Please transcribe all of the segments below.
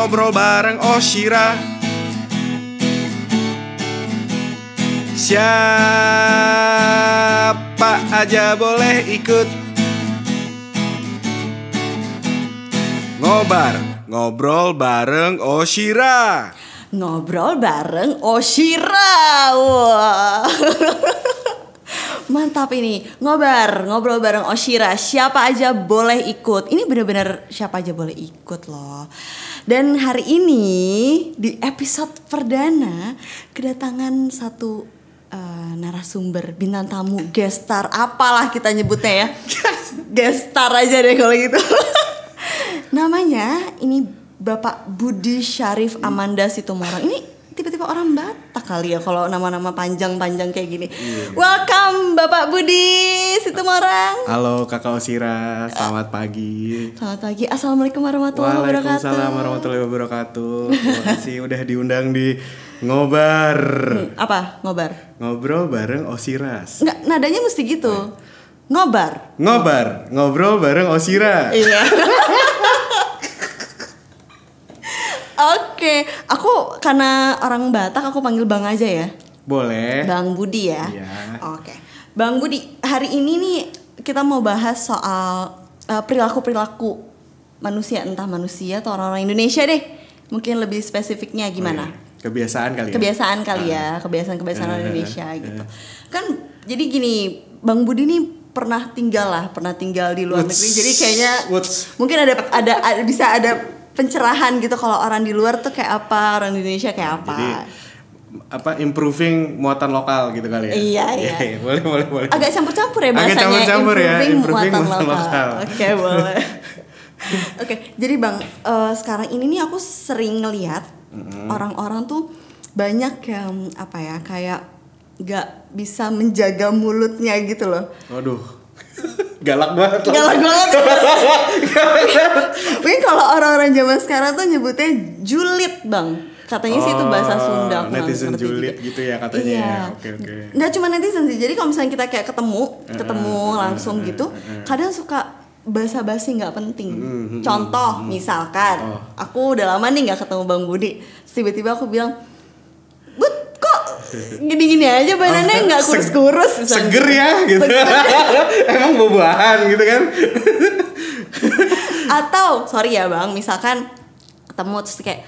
ngobrol bareng Oshira. Siapa aja boleh ikut. Ngobrol bareng Oshira. Ngobrol bareng Oshira. Wah. Mantap ini. Ngobrol bareng Oshira. Siapa aja boleh ikut. Ini benar-benar siapa aja boleh ikut loh. Dan hari ini di episode perdana kedatangan satu narasumber, bintang tamu, guest star, apalah kita nyebutnya ya. Guest star aja deh kalau gitu. Namanya ini Bapak Budi Syarif Amanda Situmorang. Ini tiba-tiba orang Batak kali ya kalau nama-nama panjang-panjang kayak gini. Welcome Bapak Budi Situmorang. Halo Kakak Oshira, selamat pagi. Selamat pagi. Assalamualaikum warahmatullahi wabarakatuh. Waalaikumsalam warahmatullahi wabarakatuh. Terima kasih udah diundang di Ngobar. Apa? Ngobar? Ngobrol bareng Oshiras. Enggak, nadanya mesti gitu. Ngobar. Ngobrol bareng Oshira. Iya. Oke, aku karena orang Batak aku panggil Bang aja ya. Boleh. Bang Budi ya. Iya. Oke. Bang Budi, hari ini nih kita mau bahas soal perilaku manusia, entah manusia atau orang-orang Indonesia deh. Mungkin lebih spesifiknya gimana? Oh, iya. Kebiasaan kali ya. Kebiasaan orang Indonesia gitu. Kan jadi gini, Bang Budi nih pernah tinggal di luar negeri. Jadi kayaknya mungkin ada bisa ada pencerahan gitu kalau orang di luar tuh kayak apa, orang di Indonesia kayak apa. Jadi improving muatan lokal gitu kali ya. Iya. Boleh. Agak campur-campur ya bahasanya. Agak campur-campur improving ya, muatan lokal. Oke, boleh. Oke, jadi Bang, sekarang ini nih aku sering ngelihat orang-orang tuh banyak yang apa ya, kayak gak bisa menjaga mulutnya gitu loh. Waduh. Galak banget. Mungkin kalau orang-orang zaman sekarang tuh nyebutnya julid, Bang. Katanya sih itu bahasa Sunda. Netizen julid gitu ya katanya. Iya. Oke. Nggak cuma netizen sih. Jadi kalau misalnya kita kayak ketemu langsung gitu, kadang suka basa-basi nggak penting. Contoh, misalkan aku udah lama nih nggak ketemu Bang Budi. Tiba-tiba aku bilang, "Bud, kok gini-gini aja badannya nggak kurus-kurus?" Seger ya gitu. Emang buah-buahan gitu kan. Atau sorry ya Bang, misalkan ketemu terus kayak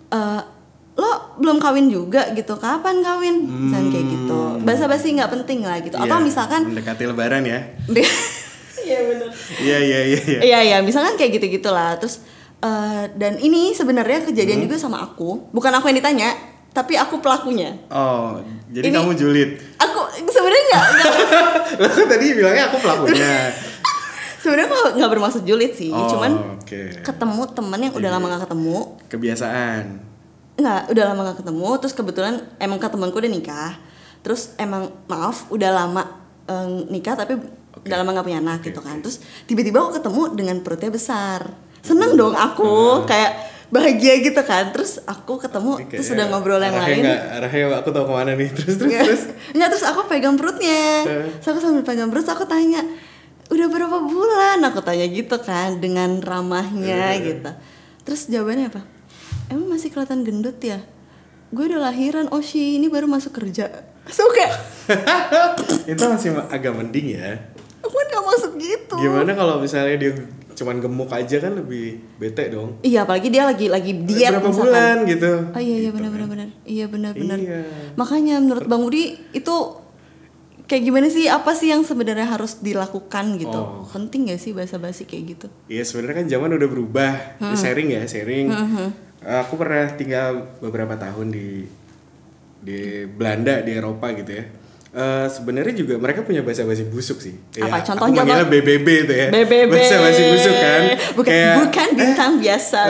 lo belum kawin juga gitu, kapan kawin? Misalkan kayak gitu, basa-basi nggak penting lah gitu. Atau misalkan mendekati lebaran ya. Iya benar. Iya. Misalkan kayak gitu lah. Terus dan ini sebenarnya kejadian juga sama aku. Bukan aku yang ditanya, tapi aku pelakunya. Oh, jadi kamu julid? Aku sebenarnya nggak. Lah kan tadi bilangnya aku pelakunya. Sebenarnya aku nggak bermaksud julid sih, cuman okay. Ketemu temen yang udah lama nggak ketemu. Kebiasaan. Nggak, udah lama nggak ketemu. Terus kebetulan emang temanku udah nikah. Terus emang udah lama nikah tapi udah lama nggak punya anak gitu kan. Terus tiba-tiba aku ketemu dengan perutnya besar. Seneng dong aku, kayak bahagia gitu kan. Terus aku ketemu, terus udah ngobrol yang lain. Arahnya aku tahu kemana nih. Terus. Nggak, terus aku pegang perutnya. Terus aku sambil pegang perut, aku tanya, udah berapa bulan? Aku tanya gitu kan, dengan ramahnya gitu. Terus jawabannya apa? Emang masih kelihatan gendut ya? Gue udah lahiran, Oshi, ini baru masuk kerja. Suka. Itu masih agak mending ya. Aku kan gak masuk gitu. Gimana kalau misalnya dia cuman gemuk aja kan lebih bete dong. Iya, apalagi dia lagi diet berapa misalkan. Bulan gitu. Oh iya gitu benar. Iya benar. Iya. Makanya menurut Bang Budi itu kayak gimana sih, apa sih yang sebenarnya harus dilakukan gitu? Penting gak sih basa-basi kayak gitu? Iya, sebenarnya kan zaman udah berubah. Sharing. Aku pernah tinggal beberapa tahun di Belanda, di Eropa gitu ya. Sebenarnya juga mereka punya basa-basi busuk sih. Apa ya, contohnya? Aku manggilnya BBB itu ya. BBB. Basa-basi busuk kan. Bukan bintang biasa.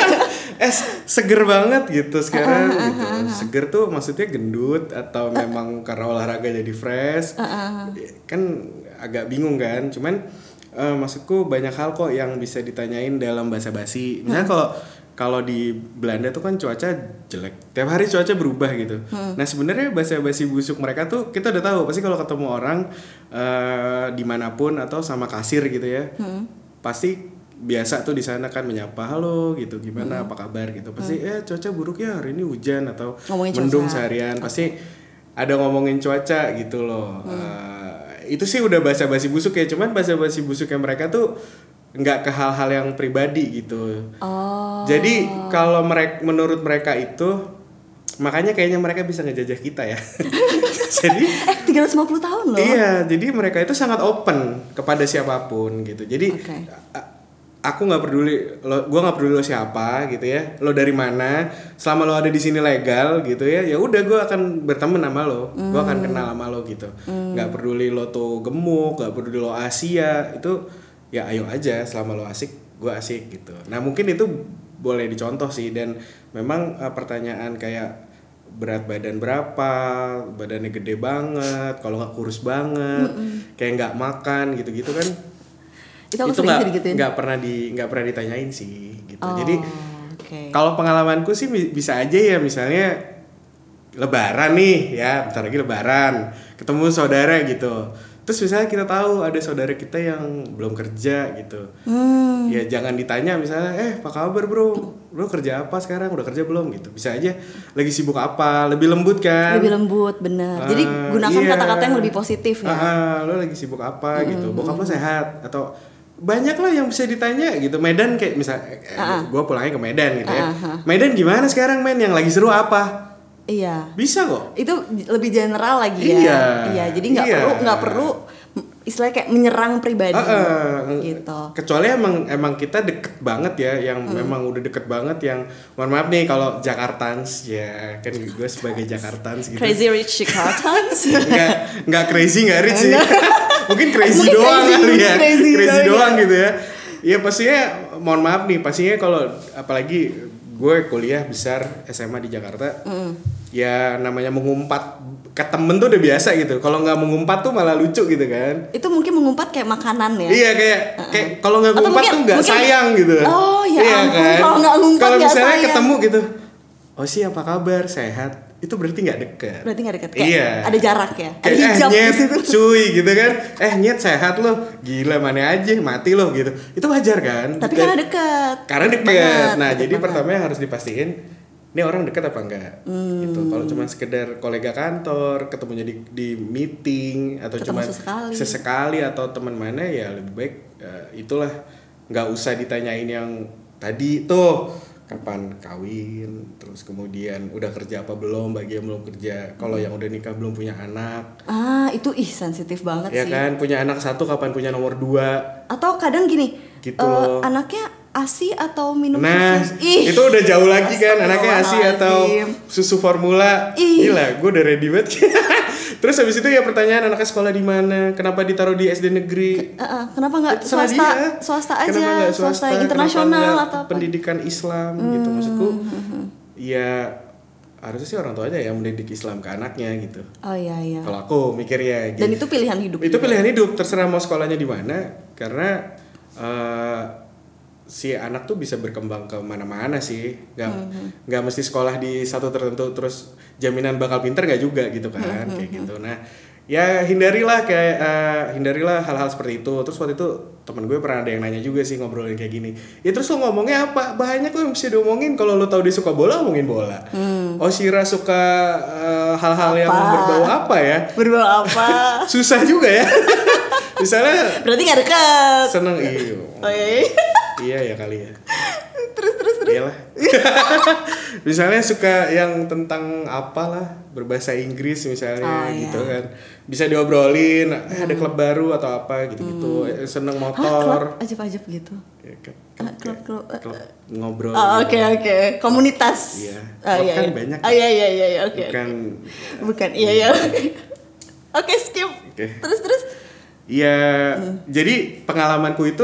Seger banget gitu sekarang gitu. Seger tuh maksudnya gendut atau memang karena olahraga jadi fresh. Kan agak bingung kan. Cuman maksudku banyak hal kok yang bisa ditanyain dalam basa-basi. Misalnya kalau di Belanda tuh kan cuaca jelek, tiap hari cuaca berubah gitu. Nah sebenarnya basa-basi busuk mereka tuh kita udah tahu pasti kalau ketemu orang dimanapun atau sama kasir gitu ya, pasti biasa tuh di sana kan menyapa, halo gitu, gimana apa kabar gitu, pasti cuaca buruk ya hari ini, hujan atau Ngomongin mendung cuaca. seharian, pasti ada ngomongin cuaca gitu loh. Itu sih udah basa-basi busuk ya, cuman basa-basi busuknya mereka tuh nggak ke hal-hal yang pribadi gitu. Jadi kalau menurut mereka itu, makanya kayaknya mereka bisa ngejajah kita ya. Jadi 350 tahun loh. iya, jadi mereka itu sangat open kepada siapapun gitu. Jadi aku nggak peduli gue nggak peduli lo siapa gitu ya, lo dari mana, selama lo ada di sini legal gitu ya, ya udah gue akan berteman sama lo, gue akan kenal sama lo gitu. Nggak peduli lo tuh gemuk, nggak peduli lo Asia, itu ya ayo aja, selama lo asik gue asik gitu. Nah mungkin itu boleh dicontoh sih. Dan memang pertanyaan kayak berat badan berapa, badannya gede banget, kalau nggak kurus banget, kayak nggak makan gitu-gitu kan, itu nggak pernah ditanyain sih gitu. Jadi kalau pengalamanku sih bisa aja ya, misalnya Lebaran nih ya, bentar lagi Lebaran, ketemu saudara gitu. Terus misalnya kita tahu ada saudara kita yang belum kerja gitu, ya jangan ditanya misalnya, apa kabar bro, kerja apa sekarang, udah kerja belum gitu. Bisa aja lagi sibuk apa, lebih lembut kan. Lebih lembut, benar. Jadi gunakan kata-kata yang lebih positif ya. Lo lagi sibuk apa gitu, bokap lo sehat, atau banyak lah yang bisa ditanya gitu. Medan kayak misalnya, gue pulangnya ke Medan gitu ya. Medan gimana sekarang men, yang lagi seru apa? Iya. Bisa kok. Itu lebih general lagi ya. Iya. Jadi nggak perlu istilahnya kayak menyerang pribadi gitu. Kecuali emang kita deket banget ya, yang memang udah deket banget, yang mohon maaf nih kalau Jakartans ya, kan gue sebagai Jakartans gitu. Crazy rich Jakartans. Nggak crazy nggak rich sih. Mungkin crazy doang kali ya. Crazy doang gitu ya. Ya pastinya mohon maaf nih, pastinya kalau apalagi gue kuliah besar SMA di Jakarta, ya namanya mengumpat ke temen tuh udah biasa gitu. Kalau nggak mengumpat tuh malah lucu gitu kan. Itu mungkin mengumpat kayak makanan ya. Iya kayak kalau nggak ngumpat tuh nggak sayang gitu. Oh ya iya, ampun, kan? kalau nggak ngumpat kalau nggak misalnya sayang. ketemu gitu, oh sih apa kabar, sehat, itu berarti nggak deket. Berarti nggak deket. Kayak ada jarak ya. Ada Kayak, hijab nyet, di situ. cuy gitu kan. Nyet sehat lo, gila mana aja, mati lo gitu. Itu wajar kan. Tapi karena deket. Karena deket. Banget, Nah deket jadi banget. pertama yang harus dipastiin, ini orang dekat apa enggak gitu. Kalau cuma sekedar kolega kantor, ketemunya di meeting, atau cuma sesekali atau teman mana, ya lebih baik itulah, nggak usah ditanyain yang tadi tuh, kapan kawin, terus kemudian udah kerja apa belum, bagi yang belum kerja, kalau yang udah nikah belum punya anak. Itu sensitif banget ya sih. Ya kan, punya anak 1 kapan punya nomor 2. Atau kadang gini, gitu anaknya ASI atau minum susu. Ih, itu udah jauh lagi kan, anaknya ASI atau susu formula. Gila, gue udah ready banget. Terus habis itu ya pertanyaan, anaknya sekolah di mana, kenapa ditaruh di SD negeri, kenapa nggak swasta aja, kenapa gak swasta yang internasional atau apa? Pendidikan Islam gitu. Maksudku ya harusnya sih orang tua aja yang mendidik Islam ke anaknya gitu. Oh iya. Kalau aku mikirnya gitu. Dan itu pilihan hidup. Itu pilihan hidup, terserah mau sekolahnya di mana, karena si anak tuh bisa berkembang ke mana-mana sih, nggak mesti sekolah di satu tertentu terus jaminan bakal pinter, nggak juga gitu kan. Kayak gitu. Nah ya hindarilah hal-hal seperti itu. Terus waktu itu temen gue pernah ada yang nanya juga sih, ngobrolin kayak gini, ya terus lo ngomongnya apa, banyak lo yang bisa diomongin. Kalau lo tahu dia suka bola, ngomongin bola. Oh Shira suka hal-hal yang berbau apa ya, berbau apa susah juga ya. Misalnya berarti nggak dekat, seneng. Iya ya kali ya. Terus iyalah. Misalnya suka yang tentang apalah, berbahasa Inggris misalnya gitu kan, bisa diobrolin. Ada klub baru atau apa gitu-gitu. Seneng motor. Klub ajab-ajab gitu. Klub ngobrol. Oke. Komunitas. Iya. Kan banyak. Iya. Oke. Bukan. Iya. Oke, skip. Terus. Iya. Jadi pengalamanku itu,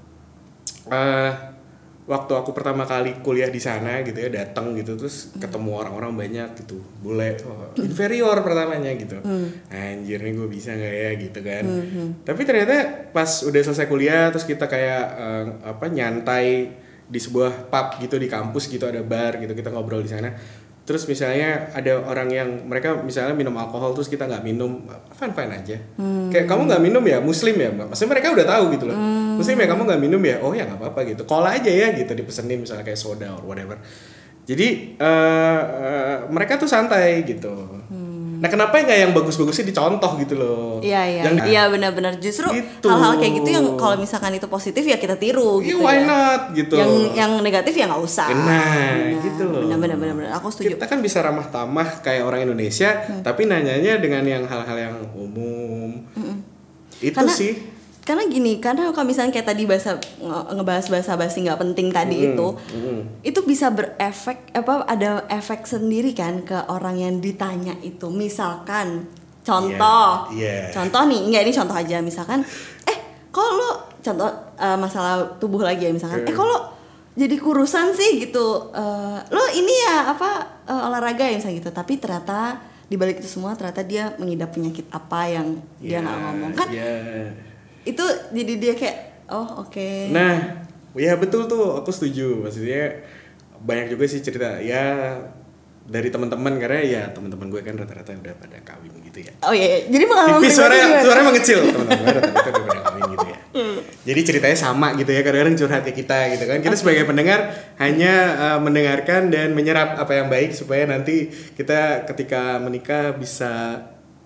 waktu aku pertama kali kuliah di sana gitu ya, datang gitu, terus ketemu orang-orang banyak gitu, bule, inferior pertamanya gitu. Anjir nih gue bisa nggak ya gitu kan. Tapi ternyata pas udah selesai kuliah, terus kita kayak nyantai di sebuah pub gitu di kampus gitu, ada bar gitu, kita ngobrol di sana. Terus misalnya ada orang yang mereka misalnya minum alkohol, terus kita nggak minum, fine aja. Kayak kamu nggak minum ya, muslim ya, maksudnya mereka udah tahu gitu loh. Muslim ya, kamu nggak minum ya, oh ya nggak apa-apa gitu, cola aja ya gitu, dipesenin misalnya kayak soda or whatever. Jadi mereka tuh santai gitu. Nah kenapa nggak yang bagus-bagusnya dicontoh gitu loh? Iya benar-benar, justru gitu. Hal-hal kayak gitu yang kalau misalkan itu positif ya kita tiru gitu. Why not gitu. Yang negatif ya nggak usah. Gitu loh. Benar, aku setuju. Kita kan bisa ramah tamah kayak orang Indonesia, tapi nanyanya dengan yang hal-hal yang umum. Itu sih. Karena kalau misalnya kayak tadi ngebahas bahasa basi nggak penting tadi itu bisa berefek ada efek sendiri kan ke orang yang ditanya itu. Misalkan contoh nih, ini contoh aja, misalkan kalau contoh masalah tubuh lagi ya, misalkan kalau jadi kurusan sih gitu, lo ini ya olahraga ya misalnya gitu, tapi ternyata dibalik itu semua ternyata dia mengidap penyakit apa yang dia nggak ngomong kan. Itu jadi dia kayak oke. Nah, ya betul tuh, aku setuju. Maksudnya banyak juga sih cerita ya dari teman-teman, karena ya teman-teman gue kan rata-rata udah pada kawin gitu ya. Oh iya, jadi pengalaman tipis suaranya mengecil, teman-teman gue rata-rata udah pada kawin gitu ya. Jadi ceritanya sama gitu ya, kadang-kadang curhat ke kita gitu kan. Kita sebagai pendengar hanya mendengarkan dan menyerap apa yang baik supaya nanti kita ketika menikah bisa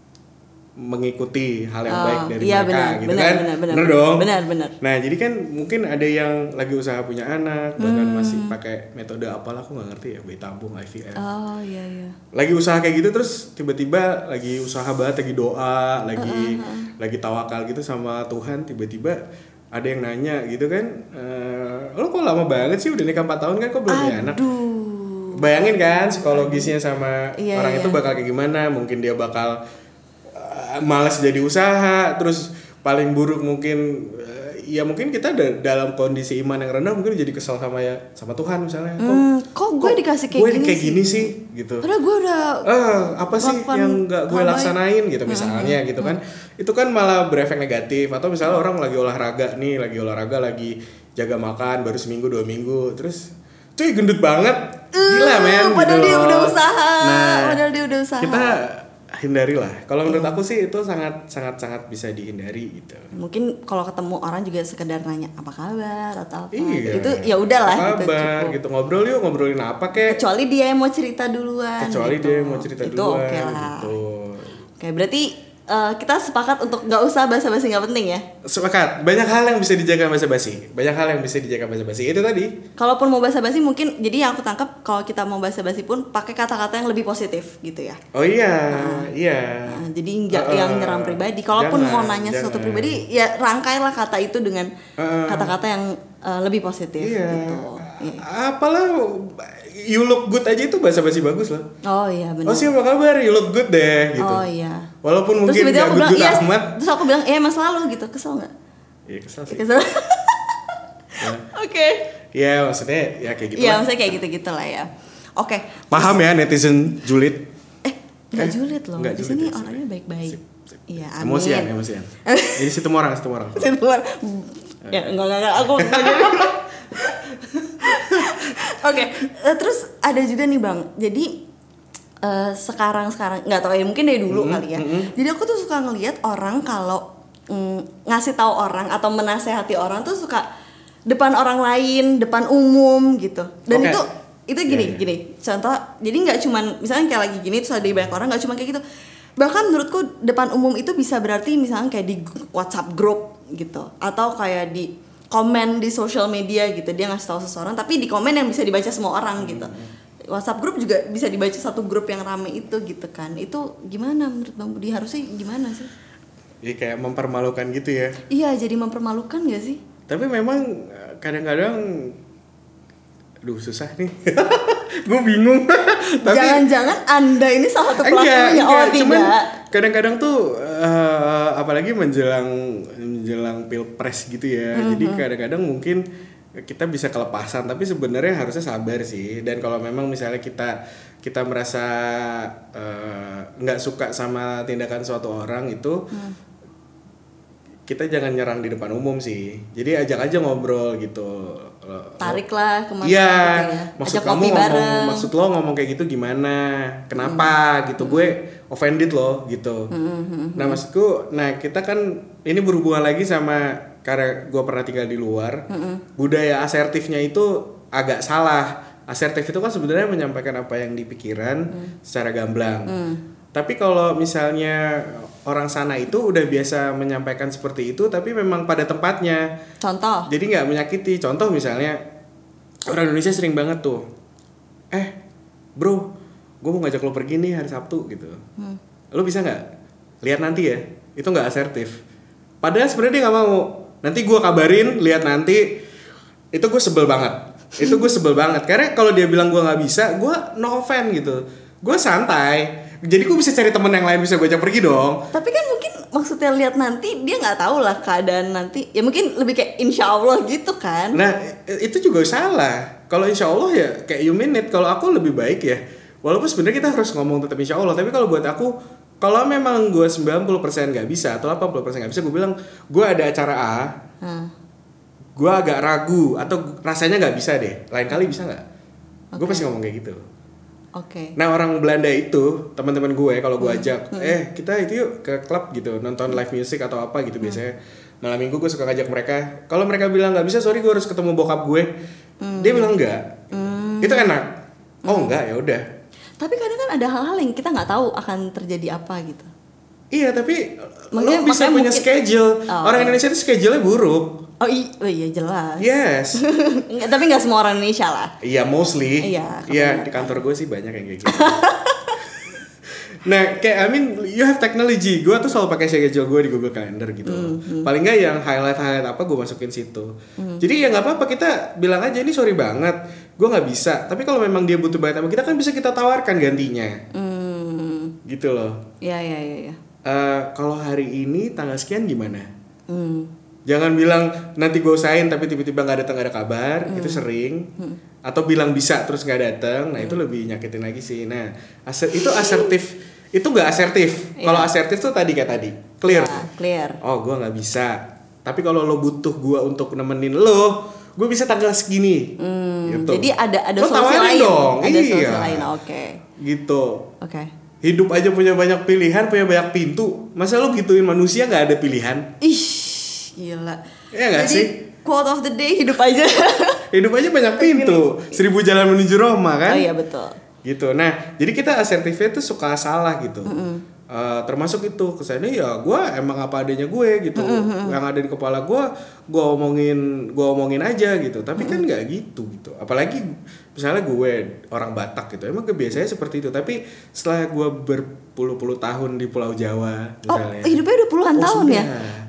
mengikuti hal yang baik dari mereka gitu kan. Bener dong. Benar. Nah, jadi kan mungkin ada yang lagi usaha punya anak, bahkan masih pakai metode apalah, aku nggak ngerti ya, bayi tabung, IVF. Oh iya. Lagi usaha kayak gitu, terus tiba-tiba lagi usaha banget, lagi doa, lagi tawakal gitu sama Tuhan, tiba-tiba ada yang nanya gitu kan, lo kok lama banget sih, udah nikah 4 tahun kan, kok belum punya anak? Bayangin kan psikologisnya sama orang itu bakal kayak gimana. Mungkin dia bakal malas jadi usaha, terus paling buruk mungkin ya mungkin kita dalam kondisi iman yang rendah mungkin jadi kesal sama Tuhan misalnya. Kok gue dikasih kayak gini sih gitu. Padahal gue udah apa sih yang nggak gue laksanain gitu misalnya gitu kan. Itu kan malah berefek negatif. Atau misalnya orang lagi olahraga, lagi jaga makan baru seminggu 2 minggu, terus cuy gendut banget, gila men. Padahal gitu dia loh. udah usaha. Nah, kita hindarilah. Kalau menurut aku sih itu sangat bisa dihindari gitu. Mungkin kalau ketemu orang juga sekedar nanya apa kabar atau apa. Iya. Itu ya udahlah gitu. Kabar gitu, ngobrolin apa kek. Kecuali dia yang mau cerita duluan. Itu oke lah. Gitu. Oke, berarti kita sepakat untuk nggak usah basa-basi nggak penting ya. Sepakat. Banyak hal yang bisa dijaga basa-basi. Itu tadi. Kalaupun mau basa-basi mungkin, jadi yang aku tangkap kalau kita mau basa-basi pun pakai kata-kata yang lebih positif gitu ya. Oh iya. Nah, jadi nggak yang nyerang pribadi. Kalaupun mau nanya sesuatu pribadi, ya rangkailah kata itu dengan kata-kata yang lebih positif gitu. Apalah, you look good aja itu basa-basi bagus loh. Oh iya benar. Oh sih, apa kabar? You look good deh gitu. Oh iya. Walaupun mungkin gak good amat. Terus aku bilang, emang selalu gitu. Kesel gak? Iya kesel sih. Oke. Iya maksudnya ya kayak gitu. Iya maksudnya kayak gitu-gitu lah ya. Oke. Paham ya netizen julid? Nggak julid loh. Di sini ya, orangnya baik-baik. Iya, amin. Emosian. Jadi situ orang. Ya enggak aku. Oke, terus ada juga nih Bang. Jadi sekarang nggak tahu ya, mungkin dari dulu kali ya. Jadi aku tuh suka ngelihat orang kalau ngasih tahu orang atau menasehati orang tuh suka depan orang lain, depan umum gitu. Dan itu gini. Contoh, jadi nggak cuman misalnya kayak lagi gini terus ada banyak orang, nggak cuma kayak gitu. Bahkan menurutku depan umum itu bisa berarti misalnya kayak di WhatsApp group gitu, atau kayak di komen di social media gitu. Dia ngasih tahu seseorang tapi di komen yang bisa dibaca semua orang gitu. WhatsApp group juga bisa dibaca satu grup yang rame itu gitu kan. Itu gimana menurut Bang Budi, harusnya gimana sih? Iya kayak mempermalukan gitu ya. Iya, jadi mempermalukan gak sih? Tapi memang kadang-kadang susah nih. Gue bingung. Tapi jangan-jangan Anda ini salah satu pelakunya. Oh tidak. Cuman kadang-kadang tuh apalagi menjelang pilpres gitu ya. Jadi kadang-kadang mungkin kita bisa kelepasan, tapi sebenarnya harusnya sabar sih. Dan kalau memang misalnya kita merasa nggak suka sama tindakan suatu orang itu, kita jangan nyerang di depan umum sih. Jadi ajak aja ngobrol gitu. Tariklah kemana gitu ya. Maksud kamu maksud lo ngomong kayak gitu gimana? Kenapa gitu? Gue offended lo gitu. Nah maksudku, kita kan ini berhubungan lagi sama karena gue pernah tinggal di luar, budaya asertifnya itu agak salah. Asertif itu kan sebenarnya menyampaikan apa yang dipikiran secara gamblang. Tapi kalau misalnya orang sana itu udah biasa menyampaikan seperti itu, tapi memang pada tempatnya. Contoh? Jadi nggak menyakiti. Contoh misalnya orang Indonesia sering banget tuh, bro, gue mau ngajak lo pergi nih hari Sabtu gitu. Lo bisa nggak? Lihat nanti ya. Itu nggak asertif. Padahal sebenarnya dia nggak mau. Nanti gue kabarin, lihat nanti. Itu gue sebel banget. Karena kalau dia bilang gue nggak bisa, gue no offense gitu. Gue santai. Jadi gue bisa cari temen yang lain bisa gue ajak pergi dong. Tapi kan mungkin maksudnya lihat nanti, dia nggak tahu lah keadaan nanti. Ya mungkin lebih kayak insya Allah gitu kan. Nah itu juga salah. Kalau insya Allah ya kayak you mean it. Kalau aku lebih baik ya, walaupun sebenarnya kita harus ngomong tetap insya Allah. Tapi kalau buat aku, kalau memang gue 90% nggak bisa atau 80% nggak bisa, gue bilang gue ada acara A, gue agak ragu atau rasanya nggak bisa deh, lain kali bisa nggak? Gue pasti ngomong kayak gitu. Nah orang Belanda itu teman-teman gue kalau gue ajak, kita itu yuk ke klub gitu, nonton live music atau apa gitu biasanya. Malam minggu gue suka ngajak mereka. Kalau mereka bilang nggak bisa, sorry gue harus ketemu bokap gue. Dia bilang enggak. Itu enak. Oh enggak, ya udah. Tapi kadang kan ada hal-hal yang kita nggak tahu akan terjadi apa gitu. Iya tapi lo bisa punya schedule. Orang Indonesia itu schedule-nya buruk. Oh iya jelas. Yes. Tapi nggak semua orang Indonesia lah. Iya mostly. Iya di kantor gue sih banyak yang kayak gitu. Nah kayak you have technology. Gue tuh selalu pakai schedule gue di Google Calendar gitu. Paling nggak yang highlight apa gue masukin situ. Jadi ya nggak apa-apa, kita bilang aja ini sorry banget, gue nggak bisa. Tapi kalau memang dia butuh banget sama kita kan bisa kita tawarkan gantinya. Gitu loh. Iya. Kalau hari ini tanggal sekian gimana? Jangan bilang nanti gue usahain tapi tiba-tiba nggak ada kabar. Itu sering. Atau bilang bisa terus nggak datang. Nah itu lebih nyakitin lagi sih. Nah itu asertif. Itu nggak asertif. Kalau asertif tuh kayak tadi clear. Clear. Oh gue nggak bisa. Tapi kalau lo butuh gue untuk nemenin lo, gue bisa tanggal segini. Gitu. Jadi ada lo solusi lain. Dong. Ada iya. solusi lain. Oke. Gitu. Oke. Hidup aja punya banyak pilihan, punya banyak pintu. Masa lo gituin manusia nggak ada pilihan? Gila. Iya gak sih? Quote of the day, hidup aja. Hidup aja banyak pintu. 1000 jalan menuju Roma kan? Oh iya betul. Gitu. Nah, jadi kita asertifnya tuh suka salah gitu. Termasuk itu kesannya ya gue emang apa adanya gue gitu. Yang ada di kepala gue omongin aja gitu. Tapi kan nggak gitu. Apalagi misalnya gue orang Batak gitu. Emang kebiasaannya seperti itu. Tapi setelah gue berpuluh-puluh tahun di Pulau Jawa misalnya. Oh hidupnya udah puluhan tahun sudah. Ya?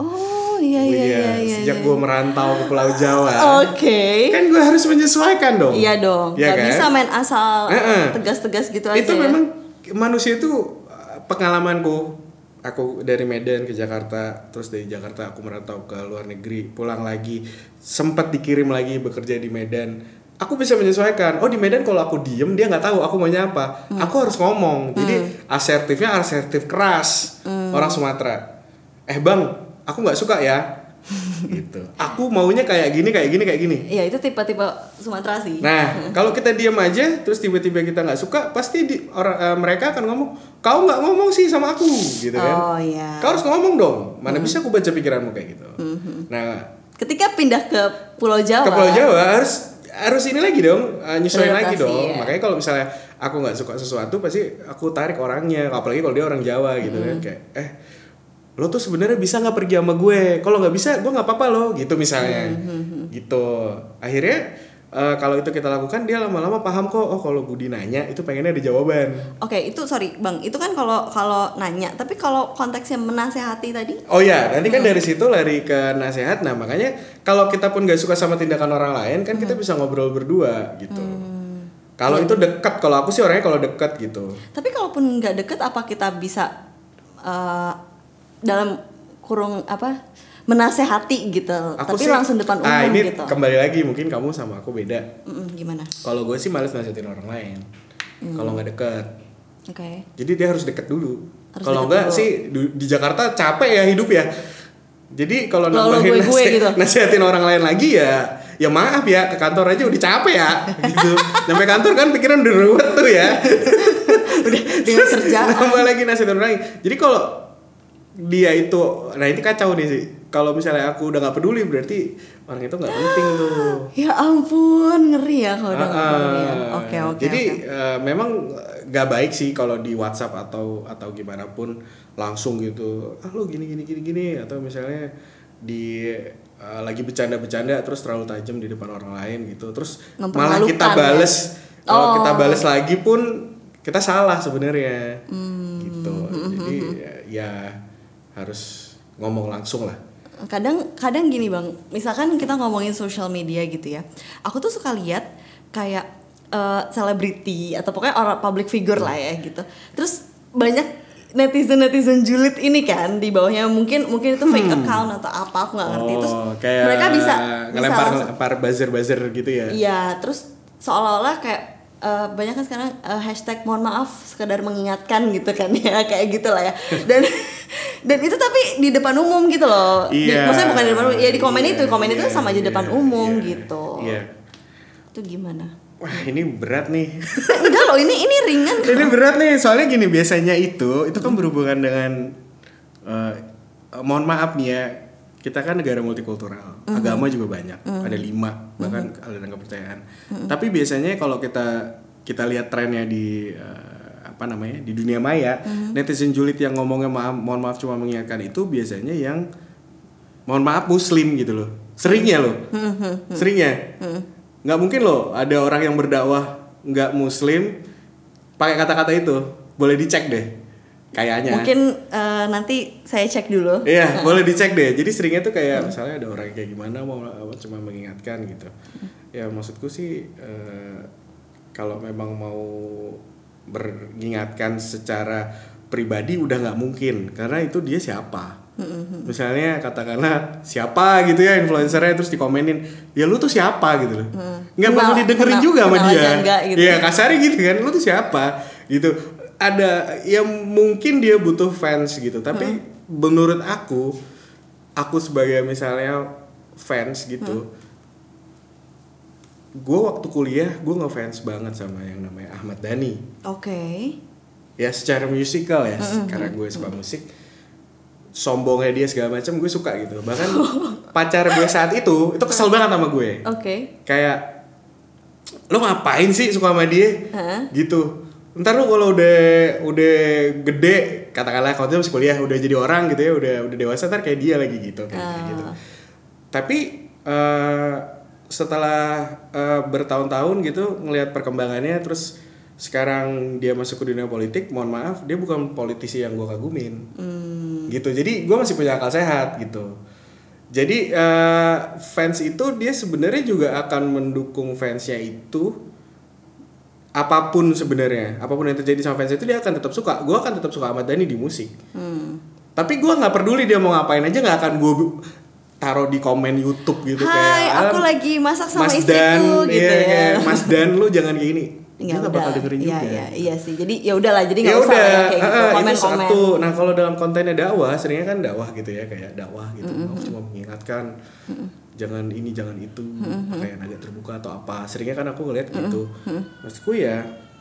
Iya. Sejak gue merantau ke Pulau Jawa. Oke. Kan gue harus menyesuaikan dong. Iya dong. Ya gak kan? bisa main asal tegas-tegas gitu aja. Itu memang manusia itu pengalamanku. Aku dari Medan ke Jakarta, terus dari Jakarta aku merantau ke luar negeri, pulang lagi, sempat dikirim lagi bekerja di Medan. Aku bisa menyesuaikan. Oh di Medan kalau aku diem dia nggak tahu aku maunya apa. Aku harus ngomong. Jadi asertifnya asertif keras. Orang Sumatera. Bang, aku nggak suka ya. Gitu. Aku maunya kayak gini. Iya itu tipe-tipe Sumatera sih. Nah kalau kita diam aja, terus tiba-tiba kita nggak suka, pasti mereka akan ngomong, kau nggak ngomong sih sama aku, gitu kan? Oh iya. Kau harus ngomong dong. Mana bisa aku baca pikiranmu kayak gitu. Nah ketika pindah ke Pulau Jawa. Ke Pulau Jawa harus ini lagi dong, nyesuaiin lagi dong. Ya. Makanya kalau misalnya aku nggak suka sesuatu, pasti aku tarik orangnya. Apalagi kalau dia orang Jawa gitu kan, kayak lo tuh sebenarnya bisa nggak pergi sama gue? Kalau nggak bisa, gue nggak apa-apa lo, gitu misalnya. Gitu. Akhirnya kalau itu kita lakukan, dia lama-lama paham kok. Oh kalau Budi nanya, itu pengennya ada jawaban. Oke, itu sorry bang, itu kan kalau nanya. Tapi kalau konteksnya menasehati tadi? Oh ya, nanti kan dari situ lari ke nasihat. Nah makanya kalau kita pun nggak suka sama tindakan orang lain, kan kita bisa ngobrol berdua gitu. Kalau itu dekat, kalau aku sih orangnya kalau dekat gitu. Tapi kalaupun nggak dekat, apa kita bisa dalam kurung menasehati gitu, aku tapi sih, langsung depan umum ini gitu. Kembali lagi mungkin kamu sama aku beda. Gimana? Kalau gue sih males nasihatin orang lain. Kalau nggak deket. Oke. Jadi dia harus deket dulu. Kalau enggak sih di Jakarta capek ya hidup ya. Jadi kalau nambahin gitu. nasihatin orang lain lagi ya maaf ya, ke kantor aja udah capek ya gitu. Sampai kantor kan pikiran udah ruwet tuh ya. Udah dengan kerjaan. Nambah lagi nasihatin orang lain. Jadi kalau dia itu, nah ini kacau nih sih. kalau misalnya aku udah nggak peduli berarti orang itu nggak penting tuh. Ya ampun, ngeri ya kalau udah nggak peduli ya. Oke. Jadi memang nggak baik sih kalau di WhatsApp atau gimana pun langsung gitu. Lo gini atau misalnya di lagi bercanda terus terlalu tajam di depan orang lain gitu. Terus malah kita bales. Ya? Kalau kita bales lagi pun kita salah sebenarnya. Gitu. Jadi ya harus ngomong langsung lah. Kadang gini bang, misalkan kita ngomongin social media gitu ya, aku tuh suka lihat kayak selebriti atau pokoknya orang public figure lah ya gitu. Terus banyak netizen julid ini kan di bawahnya mungkin itu fake account atau apa, aku nggak ngerti. Terus kayak mereka bisa ngelempar buzzer gitu ya. Iya, terus seolah-olah kayak banyak kan sekarang hashtag mohon maaf sekedar mengingatkan gitu kan ya, kayak gitulah ya. Dan itu tapi di depan umum gitu loh. Maksudnya bukan di depan umum, ya di komen itu sama aja depan umum gitu. Iya. Itu gimana? Wah, ini berat nih. Enggak loh, ini ringan. Ini berat nih, soalnya gini, biasanya itu kan berhubungan dengan mohon maaf nih ya, kita kan negara multikultural, agama juga banyak, ada 5 bahkan aliran kepercayaan. Tapi biasanya kalau kita lihat trennya di di dunia maya, netizen julid yang ngomongnya mohon maaf cuma mengingatkan itu biasanya yang mohon maaf muslim gitu loh. Seringnya nggak mungkin loh ada orang yang berdakwah nggak muslim pakai kata-kata itu. Boleh dicek deh kayaknya. Mungkin nanti saya cek dulu. Iya, boleh dicek deh. Jadi seringnya tuh kayak misalnya ada orang kayak gimana mau cuma mengingatkan gitu. Ya maksudku sih kalau memang mau mengingatkan secara pribadi udah nggak mungkin karena itu dia siapa. Misalnya katakanlah siapa gitu ya influencernya terus dikomenin ya lu tuh siapa gitu loh. Nggak bakal didengerin juga sama dia. Gitu. Ya kasarnya gitu kan, lu tuh siapa gitu. Ada yang mungkin dia butuh fans gitu, tapi menurut aku sebagai misalnya fans gitu, gue waktu kuliah gue ngefans banget sama yang namanya Ahmad Dhani. Oke. Ya secara musikal ya, karena gue suka musik, sombongnya dia segala macam gue suka gitu. Bahkan pacar gue saat itu kesel banget sama gue. Oke. Kayak lo ngapain sih suka sama dia? Gitu. Ntar lu kalau udah gede, katakanlah kalau dia masih kuliah, udah jadi orang gitu ya, udah dewasa ntar kayak dia lagi gitu kayak gitu. Tapi setelah bertahun-tahun gitu ngelihat perkembangannya, terus sekarang dia masuk ke dunia politik, mohon maaf dia bukan politisi yang gue kagumin. Gitu. Jadi gue masih punya akal sehat gitu. Jadi fans itu dia sebenarnya juga akan mendukung fansnya itu. Apapun sebenarnya, apapun yang terjadi sama fans itu dia akan tetap suka. Gue akan tetap suka Ahmad Dhani di musik. Tapi gue nggak peduli dia mau ngapain aja, nggak akan gue taruh di komen YouTube gitu. Hai, kayak aku lagi masak sama Mas istriku Dan, gitu ya. ya. Mas Dan lu jangan kayak gini. Dia nggak bakal dengerin juga. Iya sih. Jadi ya udahlah, jadi nggak usah kayak gitu komen-komen. Itu satu. Nah kalau dalam kontennya dakwah, seringnya kan dakwah gitu ya, kayak dakwah gitu. Cuma mengingatkan. Jangan ini jangan itu, kayak agak terbuka atau apa. Seringnya kan aku ngeliat gitu. Maksudku ya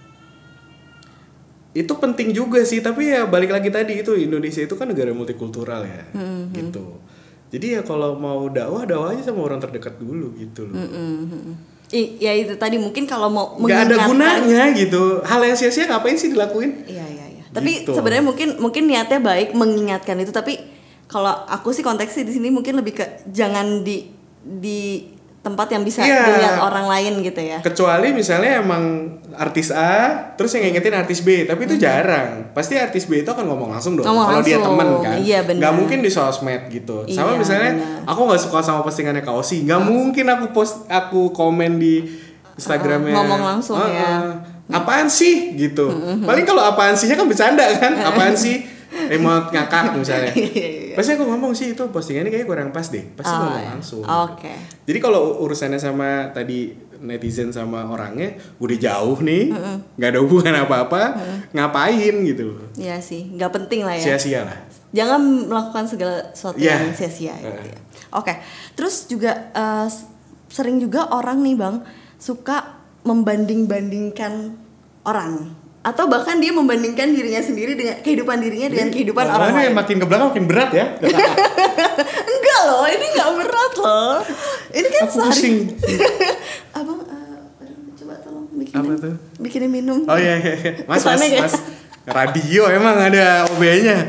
itu penting juga sih, tapi ya balik lagi tadi itu Indonesia itu kan negara multikultural ya, gitu. Jadi ya kalau mau dakwah aja sama orang terdekat dulu gitu loh. Ya itu tadi mungkin kalau mau nggak ada gunanya gitu. Hal yang sia-sia ngapain sih dilakuin? Iya. Tapi gitu. Sebenarnya mungkin niatnya baik mengingatkan itu, tapi kalau aku sih konteksnya di sini mungkin lebih ke jangan di tempat yang bisa dilihat orang lain gitu ya. Kecuali misalnya emang artis A terus yang ngingetin artis B, tapi itu jarang. Pasti artis B itu akan ngomong langsung dong kalau dia temen kan. Iya, nggak mungkin di sosmed gitu. Sama misalnya aku nggak suka sama postingannya Kak Osi, nggak mungkin aku komen di Instagramnya ngomong langsung ya. Apaan sih gitu. Paling kalau apaan sihnya kan bercanda kan. Apaan sih remote ngakak misalnya. Pasti aku ngomong sih itu postingannya kayaknya kurang pas deh. Pasti ngomong langsung. Oke. Jadi kalau urusannya sama tadi netizen sama orangnya udah jauh nih, nggak ada hubungan apa-apa, ngapain gitu. Iya sih, nggak penting lah ya. Sia-sia lah. Jangan melakukan segala sesuatu yang sia-sia gitu ya. Oke. Terus juga sering juga orang nih Bang suka membanding-bandingkan orang atau bahkan dia membandingkan dirinya sendiri dengan kehidupan dirinya dengan kehidupan orang lain. Makin ke belakang makin berat ya. Enggak loh, ini enggak berat loh. Ini kan aku pusing. Abang, coba tolong bikinin. Apa tuh? Bikinin minum. Oh iya. Mas. Radio emang ada OB-nya.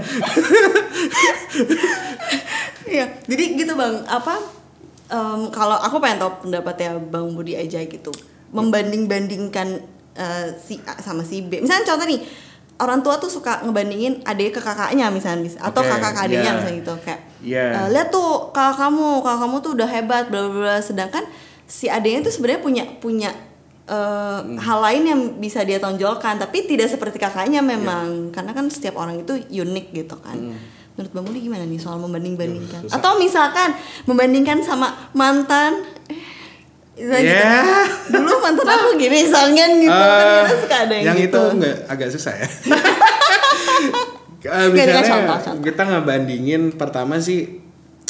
Iya, jadi gitu Bang. Kalau aku pengen tahu pendapatnya Bang Budi aja gitu. Membanding-bandingkan si A sama si B. Misalnya contoh nih, orang tua tuh suka ngebandingin adik ke kakaknya misalnya, atau kakak ke adiknya misalnya gitu kayak. Lihat tuh kakak kamu tuh udah hebat bla bla bla, sedangkan si adiknya tuh sebenarnya punya hal lain yang bisa dia tonjolkan, tapi tidak seperti kakaknya memang. Karena kan setiap orang itu unik gitu kan. Menurut Bang Budi gimana nih soal membanding-bandingkan? Atau misalkan membandingkan sama mantan gitu. Dulu mantan aku gini sangen gitu kan, suka ada yang gitu. Itu enggak agak susah ya. Misalnya contoh. Kita ngebandingin, pertama sih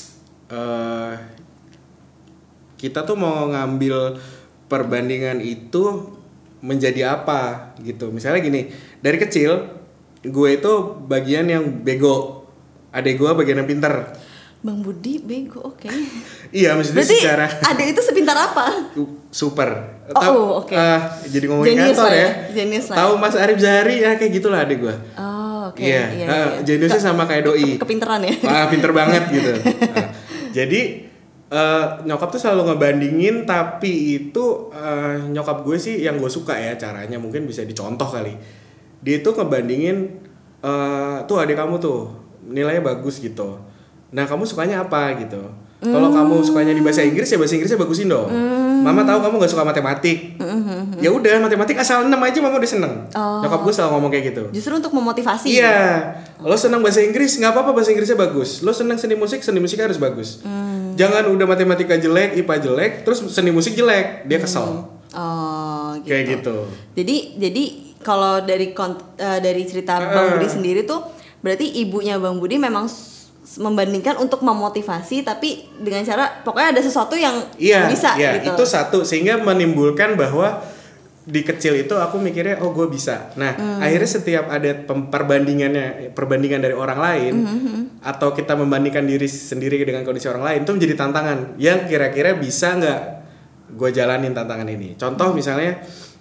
kita tuh mau ngambil perbandingan itu menjadi apa gitu. Misalnya gini, dari kecil gue itu bagian yang bego, adek gue bagian yang pinter. Bang Budi bego, oke. Iya, maksudnya berarti secara adek itu sepintar apa? Super. Oke. Jadi ngomongin kantor ya. Jenius lah. Tahu Mas Arif Zahari ya, kayak gitulah adek gue. Oke. Iya. Jeniusnya sama kayak doi. Kepinteran ya. Pinter banget gitu. Jadi nyokap tuh selalu ngebandingin, tapi itu nyokap gue sih yang gue suka ya caranya, mungkin bisa dicontoh kali. Dia tuh ngebandingin tuh adik kamu tuh nilainya bagus gitu. Nah kamu sukanya apa gitu? Kalau kamu sukanya di bahasa Inggris ya bahasa Inggrisnya bagusin dong. Mama tahu kamu nggak suka matematik. Ya udah matematik asal 6 aja mama udah seneng. Nyokap gue selalu ngomong kayak gitu. Justru untuk memotivasi. Iya. Lo seneng bahasa Inggris nggak apa-apa, bahasa Inggrisnya bagus. Lo seneng seni musiknya harus bagus. Jangan udah matematika jelek, IPA jelek, terus seni musik jelek, dia kesel. Gitu. Kayak gitu. Jadi kalau dari cerita Bang Budi sendiri tuh berarti ibunya Bang Budi memang membandingkan untuk memotivasi, tapi dengan cara pokoknya ada sesuatu yang bisa gitu. Itu satu, sehingga menimbulkan bahwa di kecil itu aku mikirnya gue bisa. Nah akhirnya setiap ada perbandingan dari orang lain, atau kita membandingkan diri sendiri dengan kondisi orang lain, itu menjadi tantangan yang kira-kira bisa nggak gue jalanin tantangan ini. Contoh misalnya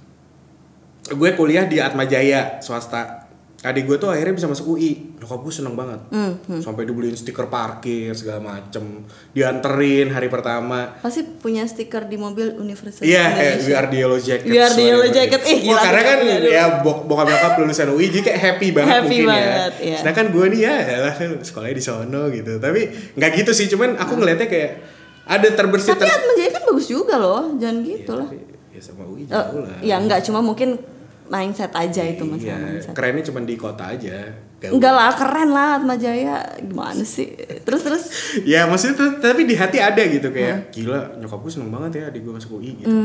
gue kuliah di Atmajaya swasta, adik gue tuh akhirnya bisa masuk UI, nyokap gue seneng banget. Sampai dibeliin stiker parkir segala macem, dianterin hari pertama. Pasti punya stiker di mobil Universitas Indonesia. We are the Yellow Jackets. We are the Yellow Jackets. Gila, karena kan ya bokap nyokap lulusan UI, jadi kayak happy banget mungkin banget, ya. Sedangkan gue nih ya sekolahnya di sono gitu. Tapi nggak gitu sih, cuman aku ngeliatnya kayak ada terbersit. Tapi Atmajaya kan bagus juga loh, jangan gitu lah. Ya sama UI jauh lah. Ya nggak, cuma mungkin mindset aja itu masalah mindset. Kerennya cuma di kota aja. Enggak lah, keren lah Atmajaya. Gimana sih? Terus ya maksudnya tapi di hati ada gitu kayak gila, nyokap gue seneng banget ya adik gue masuk UI gitu.